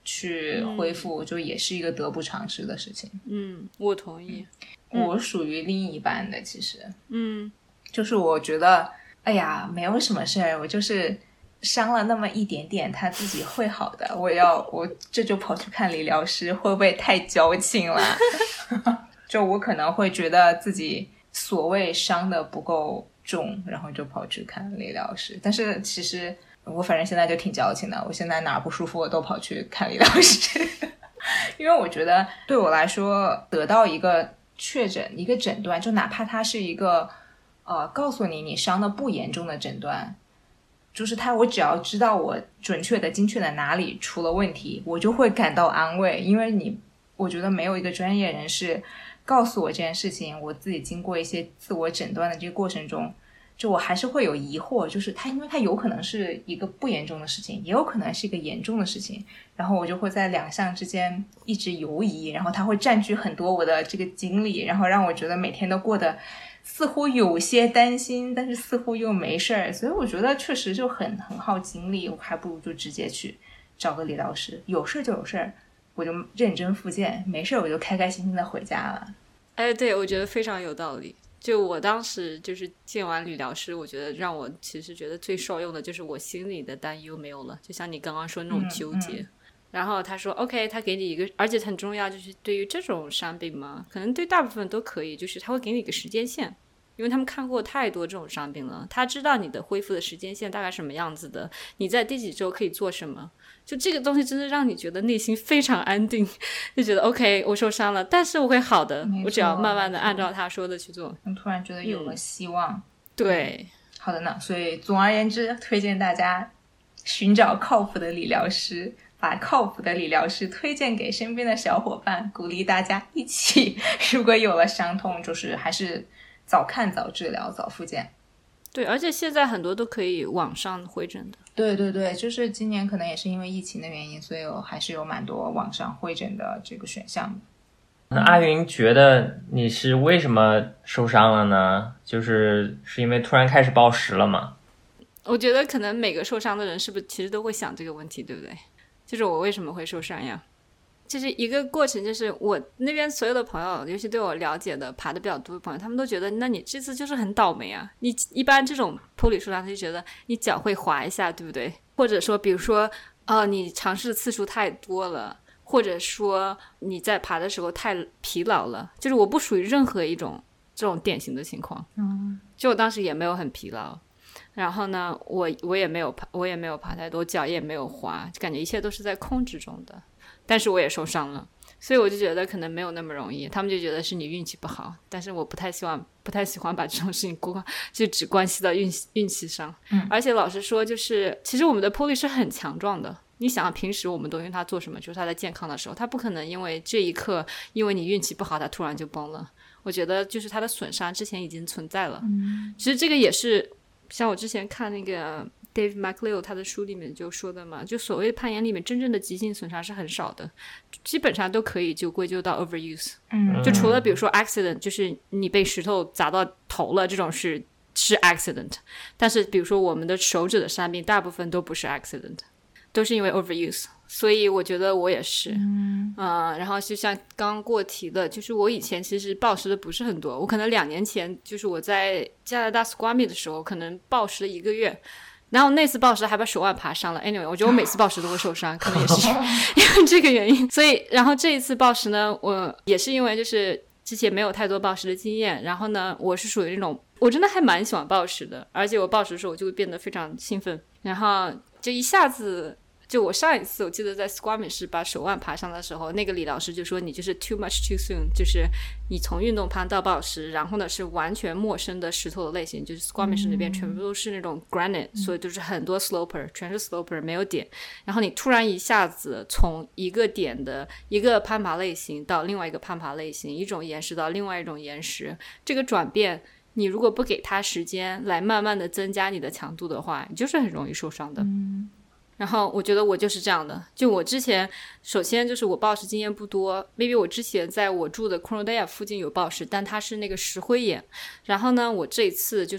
去恢复，就也是一个得不偿失的事情。 我同意。 我属于另一半的，其实就是我觉得哎呀没有什么事儿，我就是伤了那么一点点，他自己会好的。我这就跑去看理疗师，会不会太矫情了？就我可能会觉得自己所谓伤的不够重，然后就跑去看理疗师。但是其实我反正现在就挺矫情的，我现在哪不舒服我都跑去看理疗师。因为我觉得对我来说，得到一个确诊一个诊断，就哪怕它是一个告诉你伤的不严重的诊断，就是我只要知道我准确的精确的哪里出了问题，我就会感到安慰。因为我觉得没有一个专业人士告诉我这件事情，我自己经过一些自我诊断的这个过程中，就我还是会有疑惑，就是因为它有可能是一个不严重的事情，也有可能是一个严重的事情，然后我就会在两项之间一直游移，然后它会占据很多我的这个精力，然后让我觉得每天都过得似乎有些担心，但是似乎又没事儿。所以我觉得确实就很耗精力，我还不如就直接去找个理疗师，有事就有事儿，我就认真复健，没事我就开开心心的回家了。 对，我觉得非常有道理。就我当时就是见完理疗师，我觉得让我其实觉得最受用的就是我心里的担忧没有了，就像你刚刚说那种纠结。然后他说 OK， 他给你一个，而且很重要，就是对于这种伤病嘛，可能对大部分都可以，就是他会给你一个时间线，因为他们看过太多这种伤病了，他知道你的恢复的时间线大概什么样子的，你在第几周可以做什么，就这个东西真的让你觉得内心非常安定，就觉得 OK 我受伤了，但是我会好的，我只要慢慢的按照他说的去做。 我突然觉得有了希望。 对， 好的呢，所以总而言之，推荐大家寻找靠谱的理疗师，把靠谱的理疗师推荐给身边的小伙伴，鼓励大家一起，如果有了伤痛，就是还是早看早治疗早复健。 对，而且现在很多都可以网上会诊的。 对对对，就是今年可能也是因为疫情的原因，所以还是有蛮多网上会诊的这个选项的。 那阿云觉得你是为什么受伤了呢？是因为突然开始暴食了吗？ 我觉得可能每个受伤的人是不是其实都会想这个问题，对不对？就是我为什么会受伤呀？就是一个过程，就是我那边所有的朋友，尤其对我了解的爬的比较多的朋友，他们都觉得那你这次就是很倒霉啊，你一般这种坡里受伤就觉得你脚会滑一下，对不对？或者说比如说你尝试的次数太多了，或者说你在爬的时候太疲劳了，就是我不属于任何一种这种典型的情况。就我当时也没有很疲劳，然后呢我也没有爬太多，脚也没有滑，就感觉一切都是在控制中的，但是我也受伤了，所以我就觉得可能没有那么容易，他们就觉得是你运气不好，但是我不太喜欢把这种事情就只关系到运气上。而且老实说，就是其实我们的玻璃是很强壮的，你想平时我们都用它做什么，就是它在健康的时候，它不可能因为这一刻因为你运气不好它突然就崩了，我觉得就是它的损伤之前已经存在了。其实这个也是像我之前看那个 Dave McLeod 他的书里面就说的嘛，就所谓攀岩里面真正的急性损伤是很少的，基本上都可以就归咎到 overuse。就除了比如说 accident， 就是你被石头砸到头了，这种是 accident， 但是比如说我们的手指的伤病大部分都不是 accident， 都是因为 overuse。所以我觉得我也是。然后就像刚刚过题的，就是我以前其实暴食的不是很多，我可能2年前就是我在加拿大 Squamish 的时候可能暴食了1个月，然后那次暴食还把手腕爬伤了。 anyway 我觉得我每次暴食都会受伤，可能也是因为这个原因。所以然后这一次暴食呢，我也是因为就是之前没有太多暴食的经验，然后呢我是属于那种我真的还蛮喜欢暴食的，而且我暴食的时候我就会变得非常兴奋，然后就一下子就我上一次我记得在 Squamish 把手腕爬上的时候，那个李老师就说你就是 too much too soon， 就是你从运动攀到暴食，然后呢是完全陌生的石头的类型，就是 Squamish 那边全部都是那种 granite，所以就是很多 sloper， 全是 sloper 没有点，然后你突然一下子从一个点的一个攀爬类型到另外一个攀爬类型，一种岩石到另外一种岩石，这个转变你如果不给它时间来慢慢的增加你的强度的话，你就是很容易受伤的。然后我觉得我就是这样的，就我之前首先就是我暴食经验不多， maybe 我之前在我住的 Kronodaya 附近有暴食，但它是那个石灰岩，然后呢我这一次就是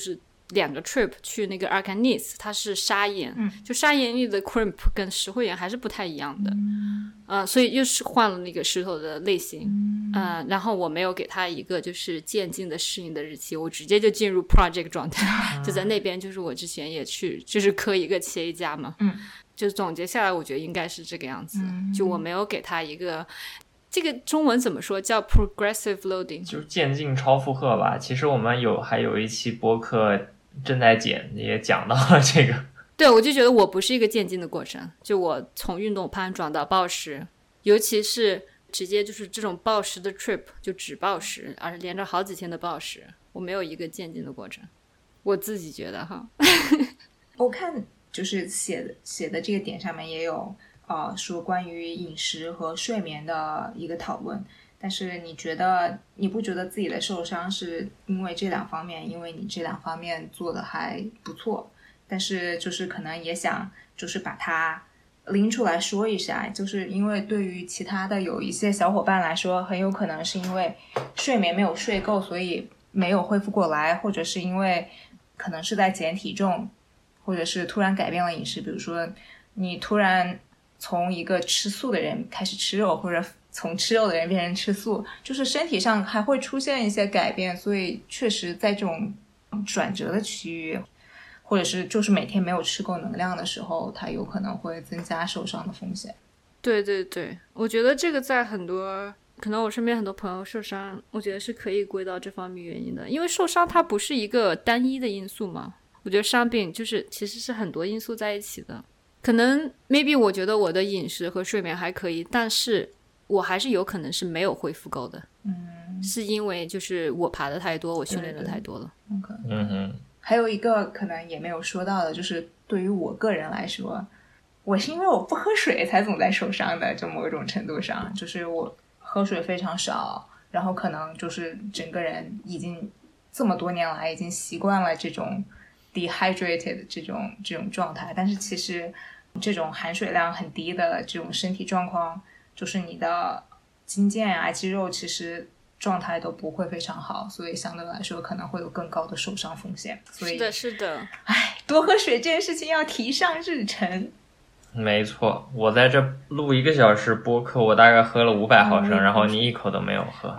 2个 trip 去那个 Arkanis， 它是砂岩，就砂岩里的 crimp 跟石灰岩还是不太一样的，所以又是换了那个石头的类型，然后我没有给它一个就是渐进的适应的日期，我直接就进入 project 状态，就在那边，就是我之前也去，就是磕一个切一家嘛，就总结下来，我觉得应该是这个样子，就我没有给它一个。这个中文怎么说？叫 progressive loading， 就是渐进超负荷吧。其实我们还有一期播客正在剪，也讲到了这个。 对，我就觉得我不是一个渐进的过程，就我从运动攀转到暴食，尤其是直接就是这种暴食的 trip， 就只暴食，而是连着好几天的暴食，我没有一个渐进的过程，我自己觉得哈。 我看就是写的这个点上面也有说关于饮食和睡眠的一个讨论，但是你不觉得自己的受伤是因为这2方面，因为你这2方面做的还不错，但是就是可能也想就是把它拎出来说一下，就是因为对于其他的有一些小伙伴来说，很有可能是因为睡眠没有睡够，所以没有恢复过来，或者是因为可能是在减体重，或者是突然改变了饮食，比如说你突然从一个吃素的人开始吃肉，或者从吃肉的人变成吃素，就是身体上还会出现一些改变，所以确实在这种转折的区域，或者是就是每天没有吃够能量的时候，它有可能会增加受伤的风险。 对对对，我觉得这个在很多可能我身边很多朋友受伤，我觉得是可以归到这方面原因的，因为受伤它不是一个单一的因素嘛，我觉得伤病就是其实是很多因素在一起的。可能 maybe 我觉得我的饮食和睡眠还可以，但是我还是有可能是没有恢复够的，是因为就是我爬的太多，我训练的太多了。 还有一个可能也没有说到的，就是对于我个人来说，我是因为我不喝水才总在受伤的，就某种程度上就是我喝水非常少，然后可能就是整个人已经这么多年来已经习惯了这种 dehydrated 这种状态，但是其实这种含水量很低的这种身体状况，就是你的筋腱啊肌肉其实状态都不会非常好，所以相对来说可能会有更高的受伤风险。所以是的多喝水这件事情要提上日程。 没错，我在这录1个小时播客，我大概喝了500毫升，然后你一口都没有喝。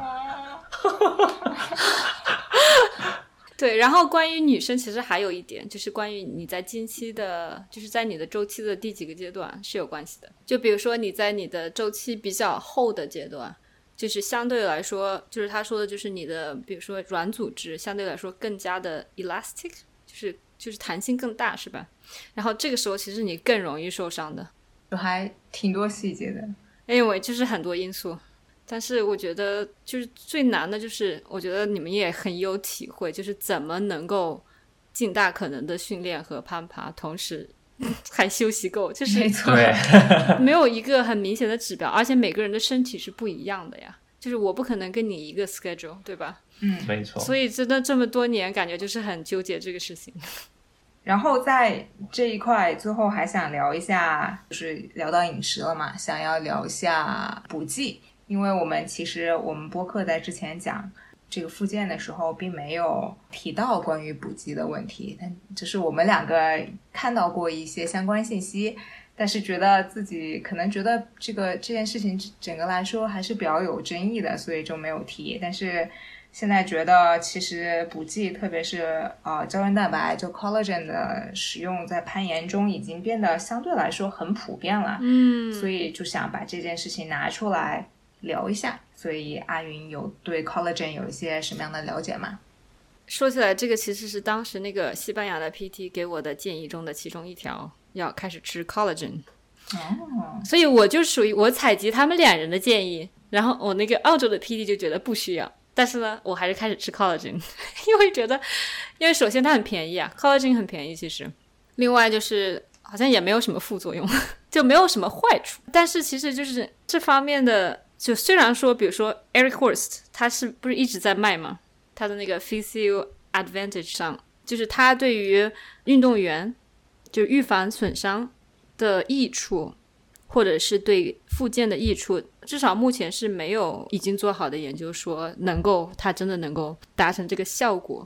对，然后关于女生其实还有一点，就是关于你在经期的，就是在你的周期的第几个阶段是有关系的。就比如说你在你的周期比较后的阶段，就是相对来说，就是他说的就是你的比如说软组织相对来说更加的 elastic， 就是弹性更大，是吧？然后这个时候其实你更容易受伤的。 还挺多细节的， 因为就是很多因素。但是我觉得就是最难的就是我觉得你们也很有体会，就是怎么能够尽大可能的训练和攀爬，同时还休息够，就是没有一个很明显的指标，而且每个人的身体是不一样的呀，就是我不可能跟你一个 schedule， 对吧？ 没错。 所以真的这么多年感觉就是很纠结这个事情。 然后在这一块最后还想聊一下，就是聊到饮食了嘛，想要聊一下补剂，因为我们播客在之前讲这个复健的时候并没有提到关于补剂的问题，但就是我们2个看到过一些相关信息，但是觉得自己可能觉得这件事情整个来说还是比较有争议的，所以就没有提。但是现在觉得其实补剂特别是胶原蛋白就 collagen 的使用在攀岩中已经变得相对来说很普遍了，所以就想把这件事情拿出来聊一下。所以阿云有对 collagen 有一些什么样的了解吗？ 说起来这个其实是当时那个西班牙的 PT 给我的建议中的其中一条，要开始吃 collagen。所以我就属于我采集他们2人的建议，然后我那个澳洲的 PT 就觉得不需要，但是呢我还是开始吃 collagen， 因为首先它很便宜啊， collagen 很便宜其实，另外就是好像也没有什么副作用，就没有什么坏处。但是其实就是这方面的，就虽然说比如说 Eric Horst 他是不是一直在卖嘛，他的那个 Physio Advantage 上，就是他对于运动员就预防损伤的益处，或者是对复健的益处，至少目前是没有已经做好的研究说他真的能够达成这个效果。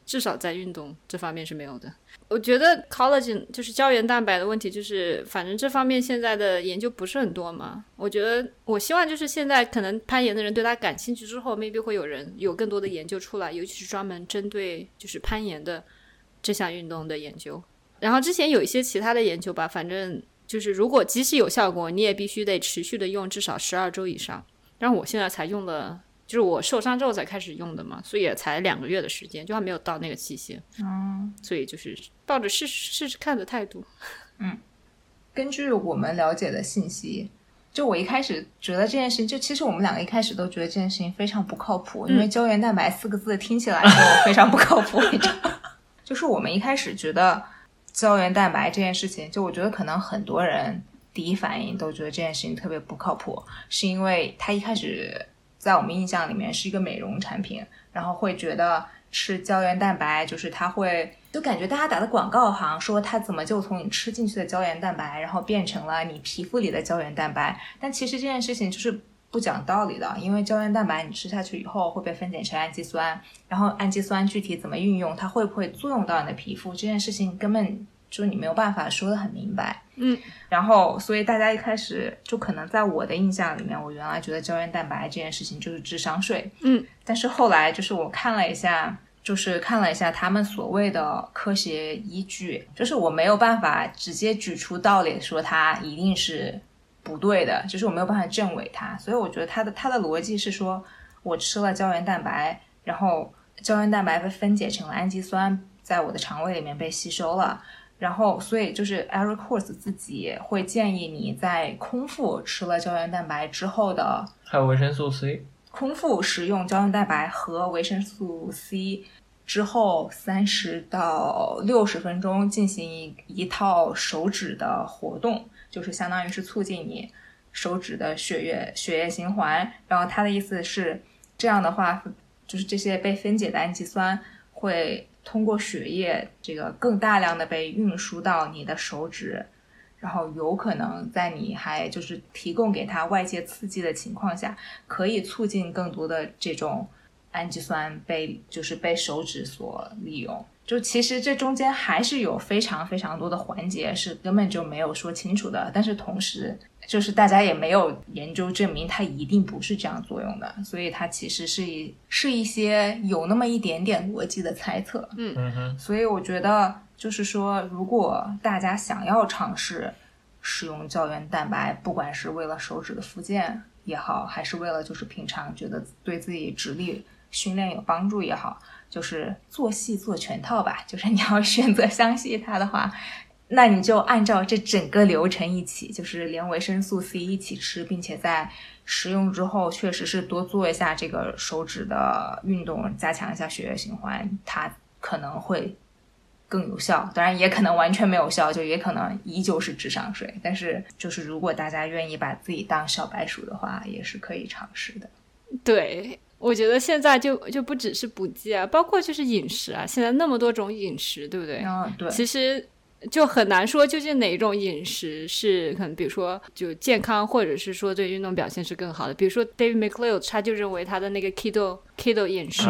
至少在运动这方面是没有的。我觉得 collagen 就是胶原蛋白的问题，就是反正这方面现在的研究不是很多嘛。我觉得我希望就是现在可能攀岩的人对它感兴趣之后 maybe 会有更多的研究出来，尤其是专门针对就是攀岩的这项运动的研究。然后之前有一些其他的研究吧，反正就是如果即使有效果，你也必须得持续的用至少12周以上。然后我现在才用了，就是我受伤之后才开始用的嘛，所以也才2个月的时间，就还没有到那个期限。所以就是抱着试试看的态度。 根据我们了解的信息，就我一开始觉得这件事情，就其实我们2个一开始都觉得这件事情非常不靠谱，因为胶原蛋白4个字听起来就非常不靠谱，你知道吗？就是我们一开始觉得胶原蛋白这件事情，就我觉得可能很多人第一反应都觉得这件事情特别不靠谱，是因为它一开始在我们印象里面是一个美容产品，然后会觉得吃胶原蛋白就是它会，就感觉大家打的广告好像说它怎么就从你吃进去的胶原蛋白然后变成了你皮肤里的胶原蛋白，但其实这件事情就是不讲道理的，因为胶原蛋白你吃下去以后会被分解成氨基酸，然后氨基酸具体怎么运用，它会不会作用到你的皮肤，这件事情根本就是你没有办法说得很明白。然后所以大家一开始就可能在我的印象里面，我原来觉得胶原蛋白这件事情就是智商税。但是后来就是我看了一下他们所谓的科学依据，就是我没有办法直接举出道理说它一定是不对的，就是我没有办法证伪它。所以我觉得它的逻辑是说，我吃了胶原蛋白，然后胶原蛋白被分解成了氨基酸，在我的肠胃里面被吸收了，然后所以就是 Eric Hors 自己会建议你在空腹吃了胶原蛋白之后的， 还有维生素 C， 空腹食用胶原蛋白和维生素 C 之后30到60分钟进行一套手指的活动，就是相当于是促进你手指的血液循环。然后他的意思是这样的话，就是这些被分解的氨基酸会通过血液这个更大量的被运输到你的手指，然后有可能在你还就是提供给它外界刺激的情况下，可以促进更多的这种氨基酸被手指所利用。就其实这中间还是有非常非常多的环节是根本就没有说清楚的，但是同时就是大家也没有研究证明它一定不是这样作用的，所以它其实是一些有那么一点点逻辑的猜测。所以我觉得就是说，如果大家想要尝试使用胶原蛋白，不管是为了手指的复健也好，还是为了就是平常觉得对自己直立训练有帮助也好，就是做戏做全套吧，就是你要选择相信它的话，那你就按照这整个流程一起，就是连维生素 C 一起吃，并且在食用之后确实是多做一下这个手指的运动，加强一下血液循环，它可能会更有效。当然也可能完全没有效，就也可能依旧是智商税，但是就是如果大家愿意把自己当小白鼠的话，也是可以尝试的。 对，我觉得现在就不只是补剂啊，包括就是饮食啊，现在那么多种饮食，对不对？ 对， 其实就很难说究竟哪一种饮食是可能比如说就健康，或者是说对运动表现是更好的。比如说 David McLeod 他就认为他的那个 keto 饮食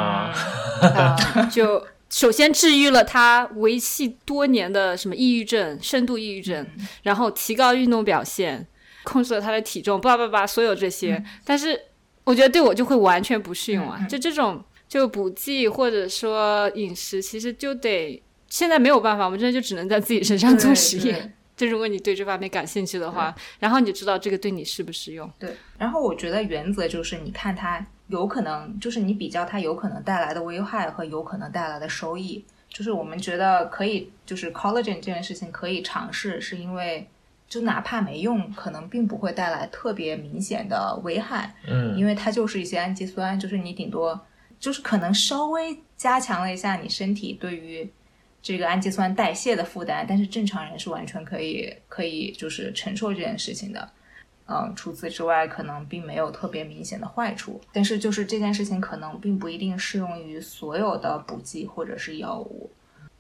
就首先治愈了他为期多年的什么抑郁症，深度抑郁症，然后提高运动表现，控制了他的体重，叭叭叭，所有这些。但是我觉得对我就会完全不适用啊。就这种就补剂或者说饮食，其实就得现在没有办法，我们真的就只能在自己身上做实验。就如果你对这方面感兴趣的话，然后你就知道这个对你适不适用。 对，然后我觉得原则就是你看它有可能，就是你比较它有可能带来的危害和有可能带来的收益，就是我们觉得可以，就是 collagen 这件事情可以尝试，是因为就哪怕没用，可能并不会带来特别明显的危害。因为它就是一些氨基酸，就是你顶多就是可能稍微加强了一下你身体对于这个氨基酸代谢的负担，但是正常人是完全可以就是承受这件事情的。除此之外可能并没有特别明显的坏处，但是就是这件事情可能并不一定适用于所有的补剂或者是药物。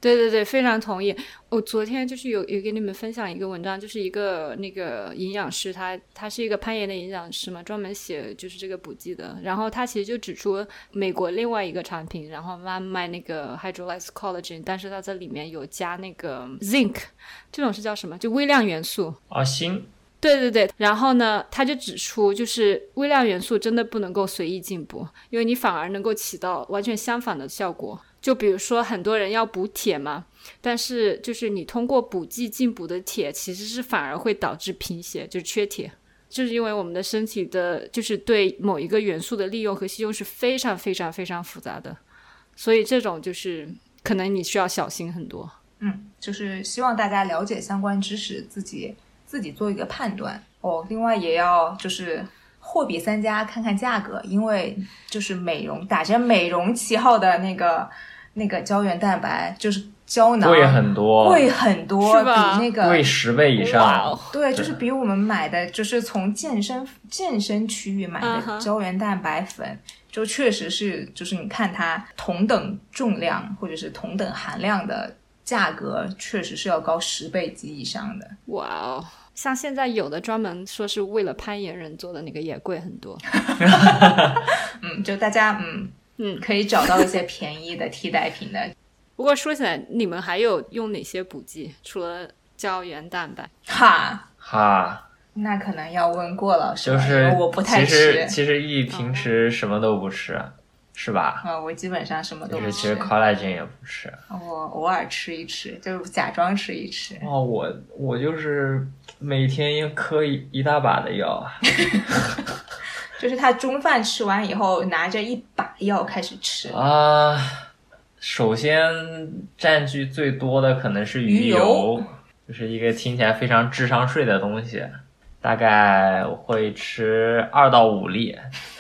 对对对，非常同意。我昨天就是有给你们分享一个文章，就是一个那个营养师，他是一个攀岩的营养师嘛，专门写就是这个补剂的。然后他其实就指出美国另外一个产品，然后卖那个 hydrolyzed collagen， 但是它在里面有加那个 zinc， 这种是叫什么？就微量元素。 锌。 对对对，然后呢，他就指出，就是微量元素真的不能够随意进补，因为你反而能够起到完全相反的效果。就比如说很多人要补铁嘛，但是就是你通过补剂进补的铁，其实是反而会导致贫血，就是缺铁。就是因为我们的身体的就是对某一个元素的利用和吸用是非常非常非常复杂的，所以这种就是可能你需要小心很多。 就是希望大家了解相关知识，自己做一个判断哦。另外也要就是货比三家，看看价格，因为就是打着美容旗号的那个胶原蛋白，就是胶囊贵很多， 是吧？ 比那个贵10倍以上。 对，就是比我们买的就是从健身区域买的胶原蛋白粉，就确实是就是你看它同等重量或者是同等含量的价格，确实是要高10倍及以上的。 哇哦！像现在有的专门说是为了攀岩人做的那个也贵很多。 就大家可以找到一些便宜的替代品的。 不过说起来，你们还有用哪些补剂？除了胶原蛋白？ 哈， 那可能要问郭老师， 就是因为我不太吃。 其实平时什么都不吃，是吧？ 我基本上什么都不吃。 其实 collagen 也不吃。 我偶尔吃一吃，就假装吃一吃。 我就是每天嗑一大把的药。 就是他中饭吃完以后，拿着一把药开始吃啊。首先占据最多的可能是鱼油，就是一个听起来非常智商税的东西，大概我会吃2到5粒。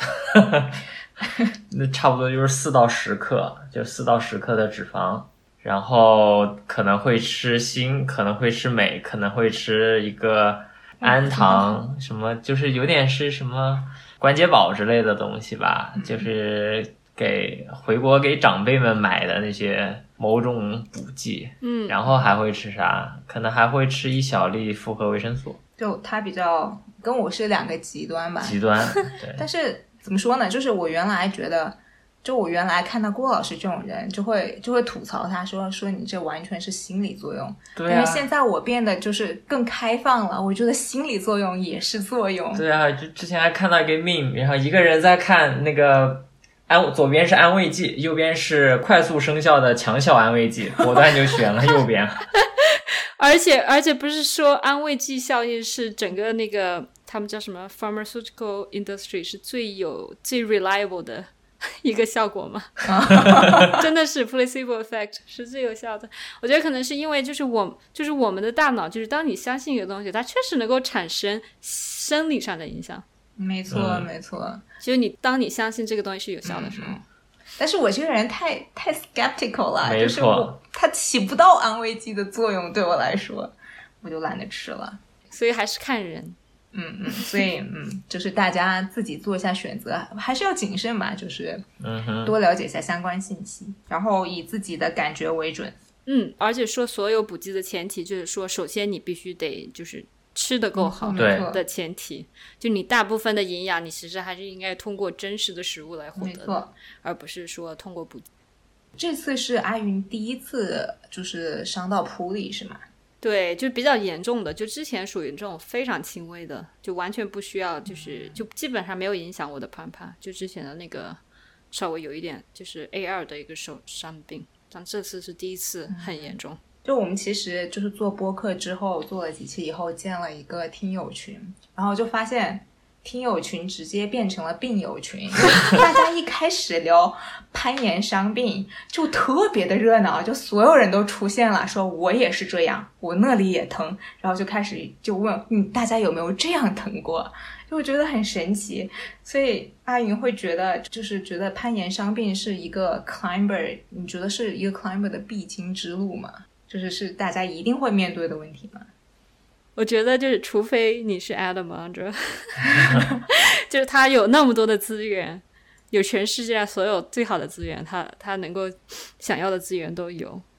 那差不多就是4到10克，就4到10克的脂肪，然后可能会吃锌，可能会吃镁，可能会吃一个氨糖，什么就是有点是什么关节宝之类的东西吧，就是回国给长辈们买的那些某种补剂。然后还会吃啥？可能还会吃1小粒复合维生素。 就它比较跟我是2个极端吧。 极端，对。 但是怎么说呢？就是我原来觉得，就我原来看到郭老师这种人，就会吐槽他说你这完全是心理作用。 对啊。 但是现在我变得就是更开放了，我觉得心理作用也是作用。 对啊，就之前还看到一个 meme， 然后一个人在看那个左边是安慰剂，右边是快速生效的强效安慰剂，果断就选了右边。 而且不是说安慰剂效应是整个那个他们叫什么 pharmaceutical industry 是最 reliable 的一个效果吗？真的是 placebo effect 是最有效的。我觉得可能是因为就是我们的大脑，就是当你相信一个东西，它确实能够产生生理上的影响。 没错没错， 就是当你相信这个东西是有效的时候。 但是我这个人太 skeptical 了， 没错， 就是它起不到安慰剂的作用，对我来说我就懒得吃了。 所以还是看人。 所以就是大家自己做一下选择，还是要谨慎吧，就是多了解一下相关信息，然后以自己的感觉为准。 而且说所有补剂的前提就是说，首先你必须得就是吃得够好的前提，就你大部分的营养你其实还是应该通过真实的食物来获得的，而不是说通过补剂。 这次是阿云第一次就是伤到扑里是吗？ 对，就比较严重的，就之前属于这种非常轻微的，就完全不需要，就基本上没有影响我的攀爬，就之前的那个稍微有一点就是 A2 的一个手伤病，但这次是第一次很严重。 就我们其实就是做播客之后做了几期以后建了一个听友群，然后就发现听友群直接变成了病友群，大家一开始聊攀岩伤病就特别的热闹，就所有人都出现了，说我也是这样，我那里也疼，然后就开始就问大家有没有这样疼过，就我觉得很神奇。所以阿云会觉得就是觉得攀岩伤病是一个 climber， 你觉得是一个 climber 的必经之路吗？就是大家一定会面对的问题吗？ 我觉得就是除非你是 Adam， 就是他有那么多的资源，有全世界所有最好的资源，他能够想要的资源都有，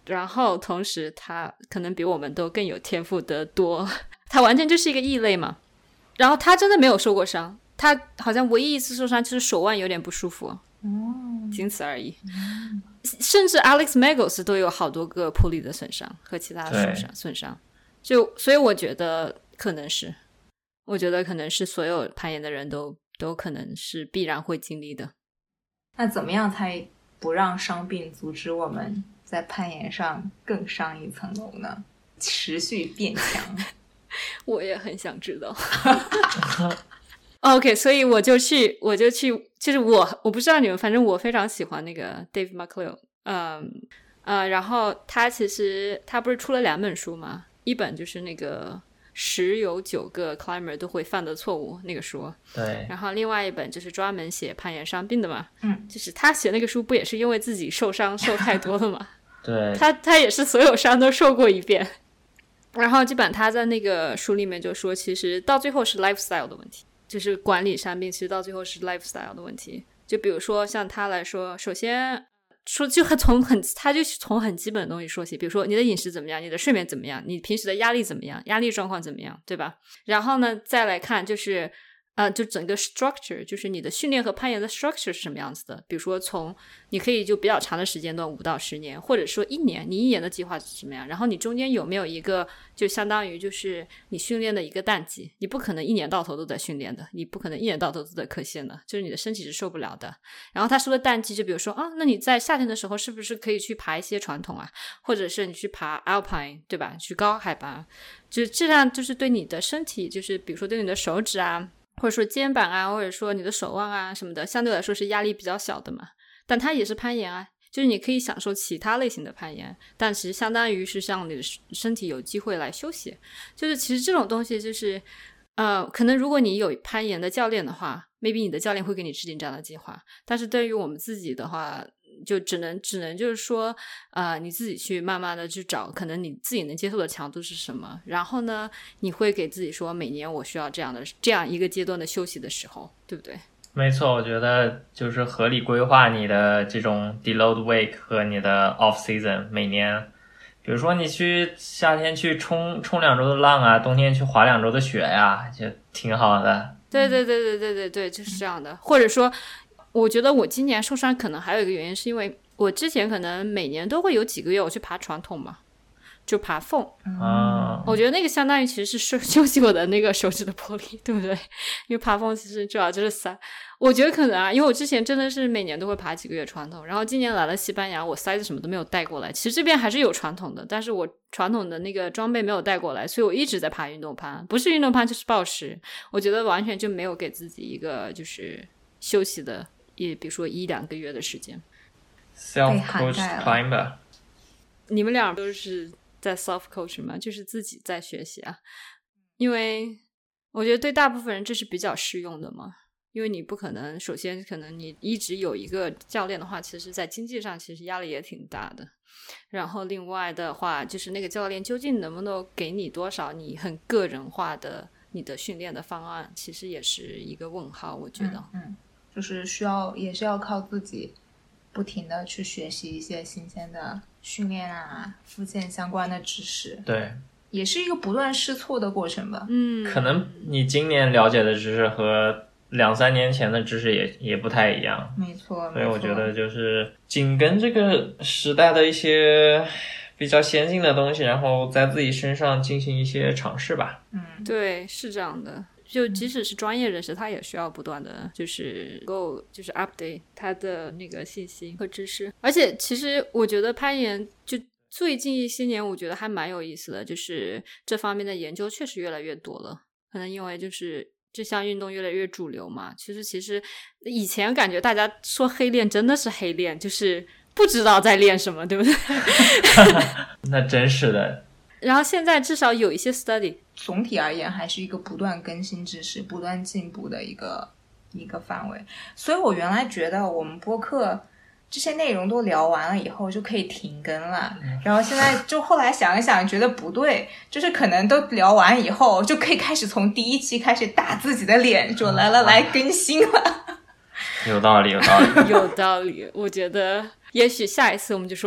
然后同时他可能比我们都更有天赋的多，他完全就是一个异类嘛。然后他真的没有受过伤，他好像唯一一次受伤就是手腕有点不舒服，仅此而已。甚至 Alex Megos 都有好多个破例的损伤和其他的损伤，所以我觉得可能是所有攀岩的人都可能是必然会经历的。 那怎么样才不让伤病阻止我们在攀岩上更上一层楼呢？持续变强。 我也很想知道。OK， 所以我就去，就是我不知道你们，反正我非常喜欢那个 Dave McClure， 然后他不是出了2本书吗？一本就是那个10有9个 climber 都会犯的错误那个书， 对， 然后另外一本就是专门写攀岩伤病的嘛，就是他写那个书不也是因为自己受伤受太多了嘛？ 对， 他也是所有伤都受过一遍。然后基本他在那个书里面就说，其实到最后是 lifestyle 的问题，就是管理伤病其实到最后是 lifestyle 的问题。就比如说像他来说，首先说他就从很基本的东西说起，比如说你的饮食怎么样，你的睡眠怎么样，你平时的压力怎么样，压力状况怎么样，对吧？然后呢再来看就是就整个 structure， 就是你的训练和攀岩的 structure 是什么样子的。比如说你可以就比较长的时间段5到10年，或者说1年，你1年的计划是什么样，然后你中间有没有一个就相当于就是你训练的一个淡季，你不可能1年到头都在训练的，你不可能1年到头都在课线的，就是你的身体是受不了的。然后他说的淡季就比如说那你在夏天的时候是不是可以去爬一些传统或者是你去爬 Alpine， 对吧？去高海拔，就是这样，就是对你的身体，就是比如说对你的手指或者说肩膀或者说你的手腕什么的，相对来说是压力比较小的嘛。但它也是攀岩就是你可以享受其他类型的攀岩，但其实相当于是让你的身体有机会来休息。就是其实这种东西就是可能如果你有攀岩的教练的话 maybe 你的教练会给你制定这样的计划，但是对于我们自己的话就只能就是说你自己去慢慢的去找可能你自己能接受的强度是什么，然后呢你会给自己说每年我需要这样一个阶段的休息的时候，对不对？ 没错，我觉得就是合理规划你的这种 deload week 和你的 off season， 每年比如说你去夏天去冲2周的浪冬天去滑2周的雪就挺好的。 对，就是这样的。或者说我觉得我今年受伤可能还有一个原因是因为我之前可能每年都会有几个月我去爬传统嘛，就爬缝我觉得那个相当于其实是休息我的那个手指的玻璃，对不对？因为爬缝其实主要就是塞，我觉得可能因为我之前真的是每年都会爬几个月传统，然后今年来了西班牙，我塞子什么都没有带过来，其实这边还是有传统的，但是我传统的那个装备没有带过来，所以我一直在爬运动攀，不是运动攀就是抱石，我觉得完全就没有给自己一个就是休息的比如说1-2个月的时间。 Self-coached climber， 你们俩都是在 self-coach 吗？就是自己在学习因为我觉得对大部分人这是比较适用的嘛，因为你不可能首先可能你一直有一个教练的话，其实在经济上其实压力也挺大的，然后另外的话就是那个教练究竟能不能给你多少你很个人化的你的训练的方案，其实也是一个问号，我觉得就是也是要靠自己不停的去学习一些新鲜的训练复健相关的知识， 对， 也是一个不断试错的过程吧。 可能你今年了解的知识和2-3年前的知识也不太一样， 没错， 所以我觉得就是紧跟这个时代的一些比较先进的东西，然后在自己身上进行一些尝试吧。 对，是这样的。就即使是专业人士他也需要不断的就是update 他的那个信息和知识。而且其实我觉得攀岩就最近一些年我觉得还蛮有意思的，就是这方面的研究确实越来越多了，可能因为就是这项运动越来越主流嘛。其实以前感觉大家说黑练真的是黑练，就是不知道在练什么，对不对？ 那真是的。 然后现在至少有一些 study， 总体而言还是一个不断更新知识不断进步的一个范围。所以我原来觉得我们播客这些内容都聊完了以后就可以停更了，然后现在就后来想一想觉得不对，就是可能都聊完以后就可以开始从第1期开始打自己的脸说来更新了。 有道理有道理。我觉得也许下一次我们就说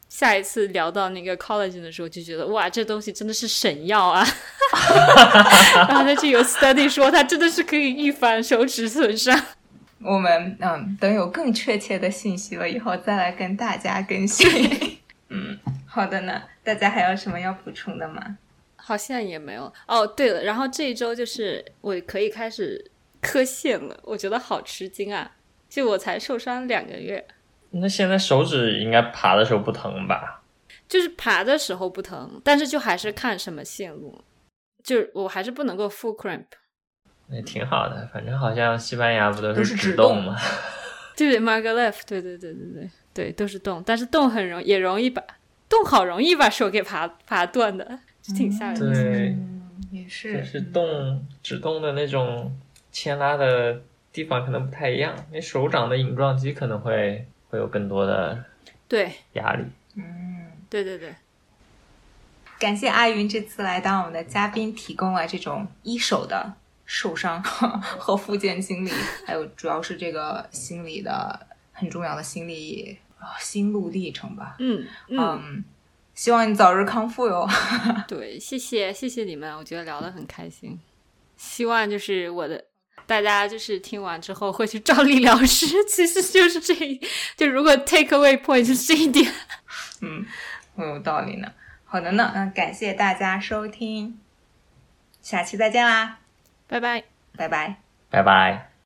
下一次聊到那个 collagen 的时候，就觉得哇，这东西真的是神药啊！然后他就有 study 说，它真的是可以预防手指损伤。 我们等有更确切的信息了以后再来跟大家更新。好的呢，大家还有什么要补充的吗？ 好像也没有。哦，对了，然后这一周就是我可以开始磕线了，我觉得好吃惊啊！就我才受伤2个月。 那现在手指应该爬的时候不疼吧？ 就是爬的时候不疼，但是就还是看什么线路，就是我还是不能够 full cramp。 也挺好的，反正好像西班牙不都是指动吗？ 对 Margalef， 对，都是动，但是动也容易把动好容易把手给爬断的，就挺吓人的。 对， 也是， 就是指动的那种牵拉的地方可能不太一样，那手掌的隐状肌可能会有更多的压力。 对， 感谢阿云这次来当我们的嘉宾，提供了这种一手的受伤和复健经历，还有主要是这个心理的很重要的心路历程吧。希望你早日康复哟。 对，谢谢你们，我觉得聊得很开心。希望就是大家就是听完之后会去找理疗师，其实就是就如果 take away point 就是这一点。 很有道理呢。好的呢，感谢大家收听，下期再见啦， 拜拜。 拜拜。 拜拜。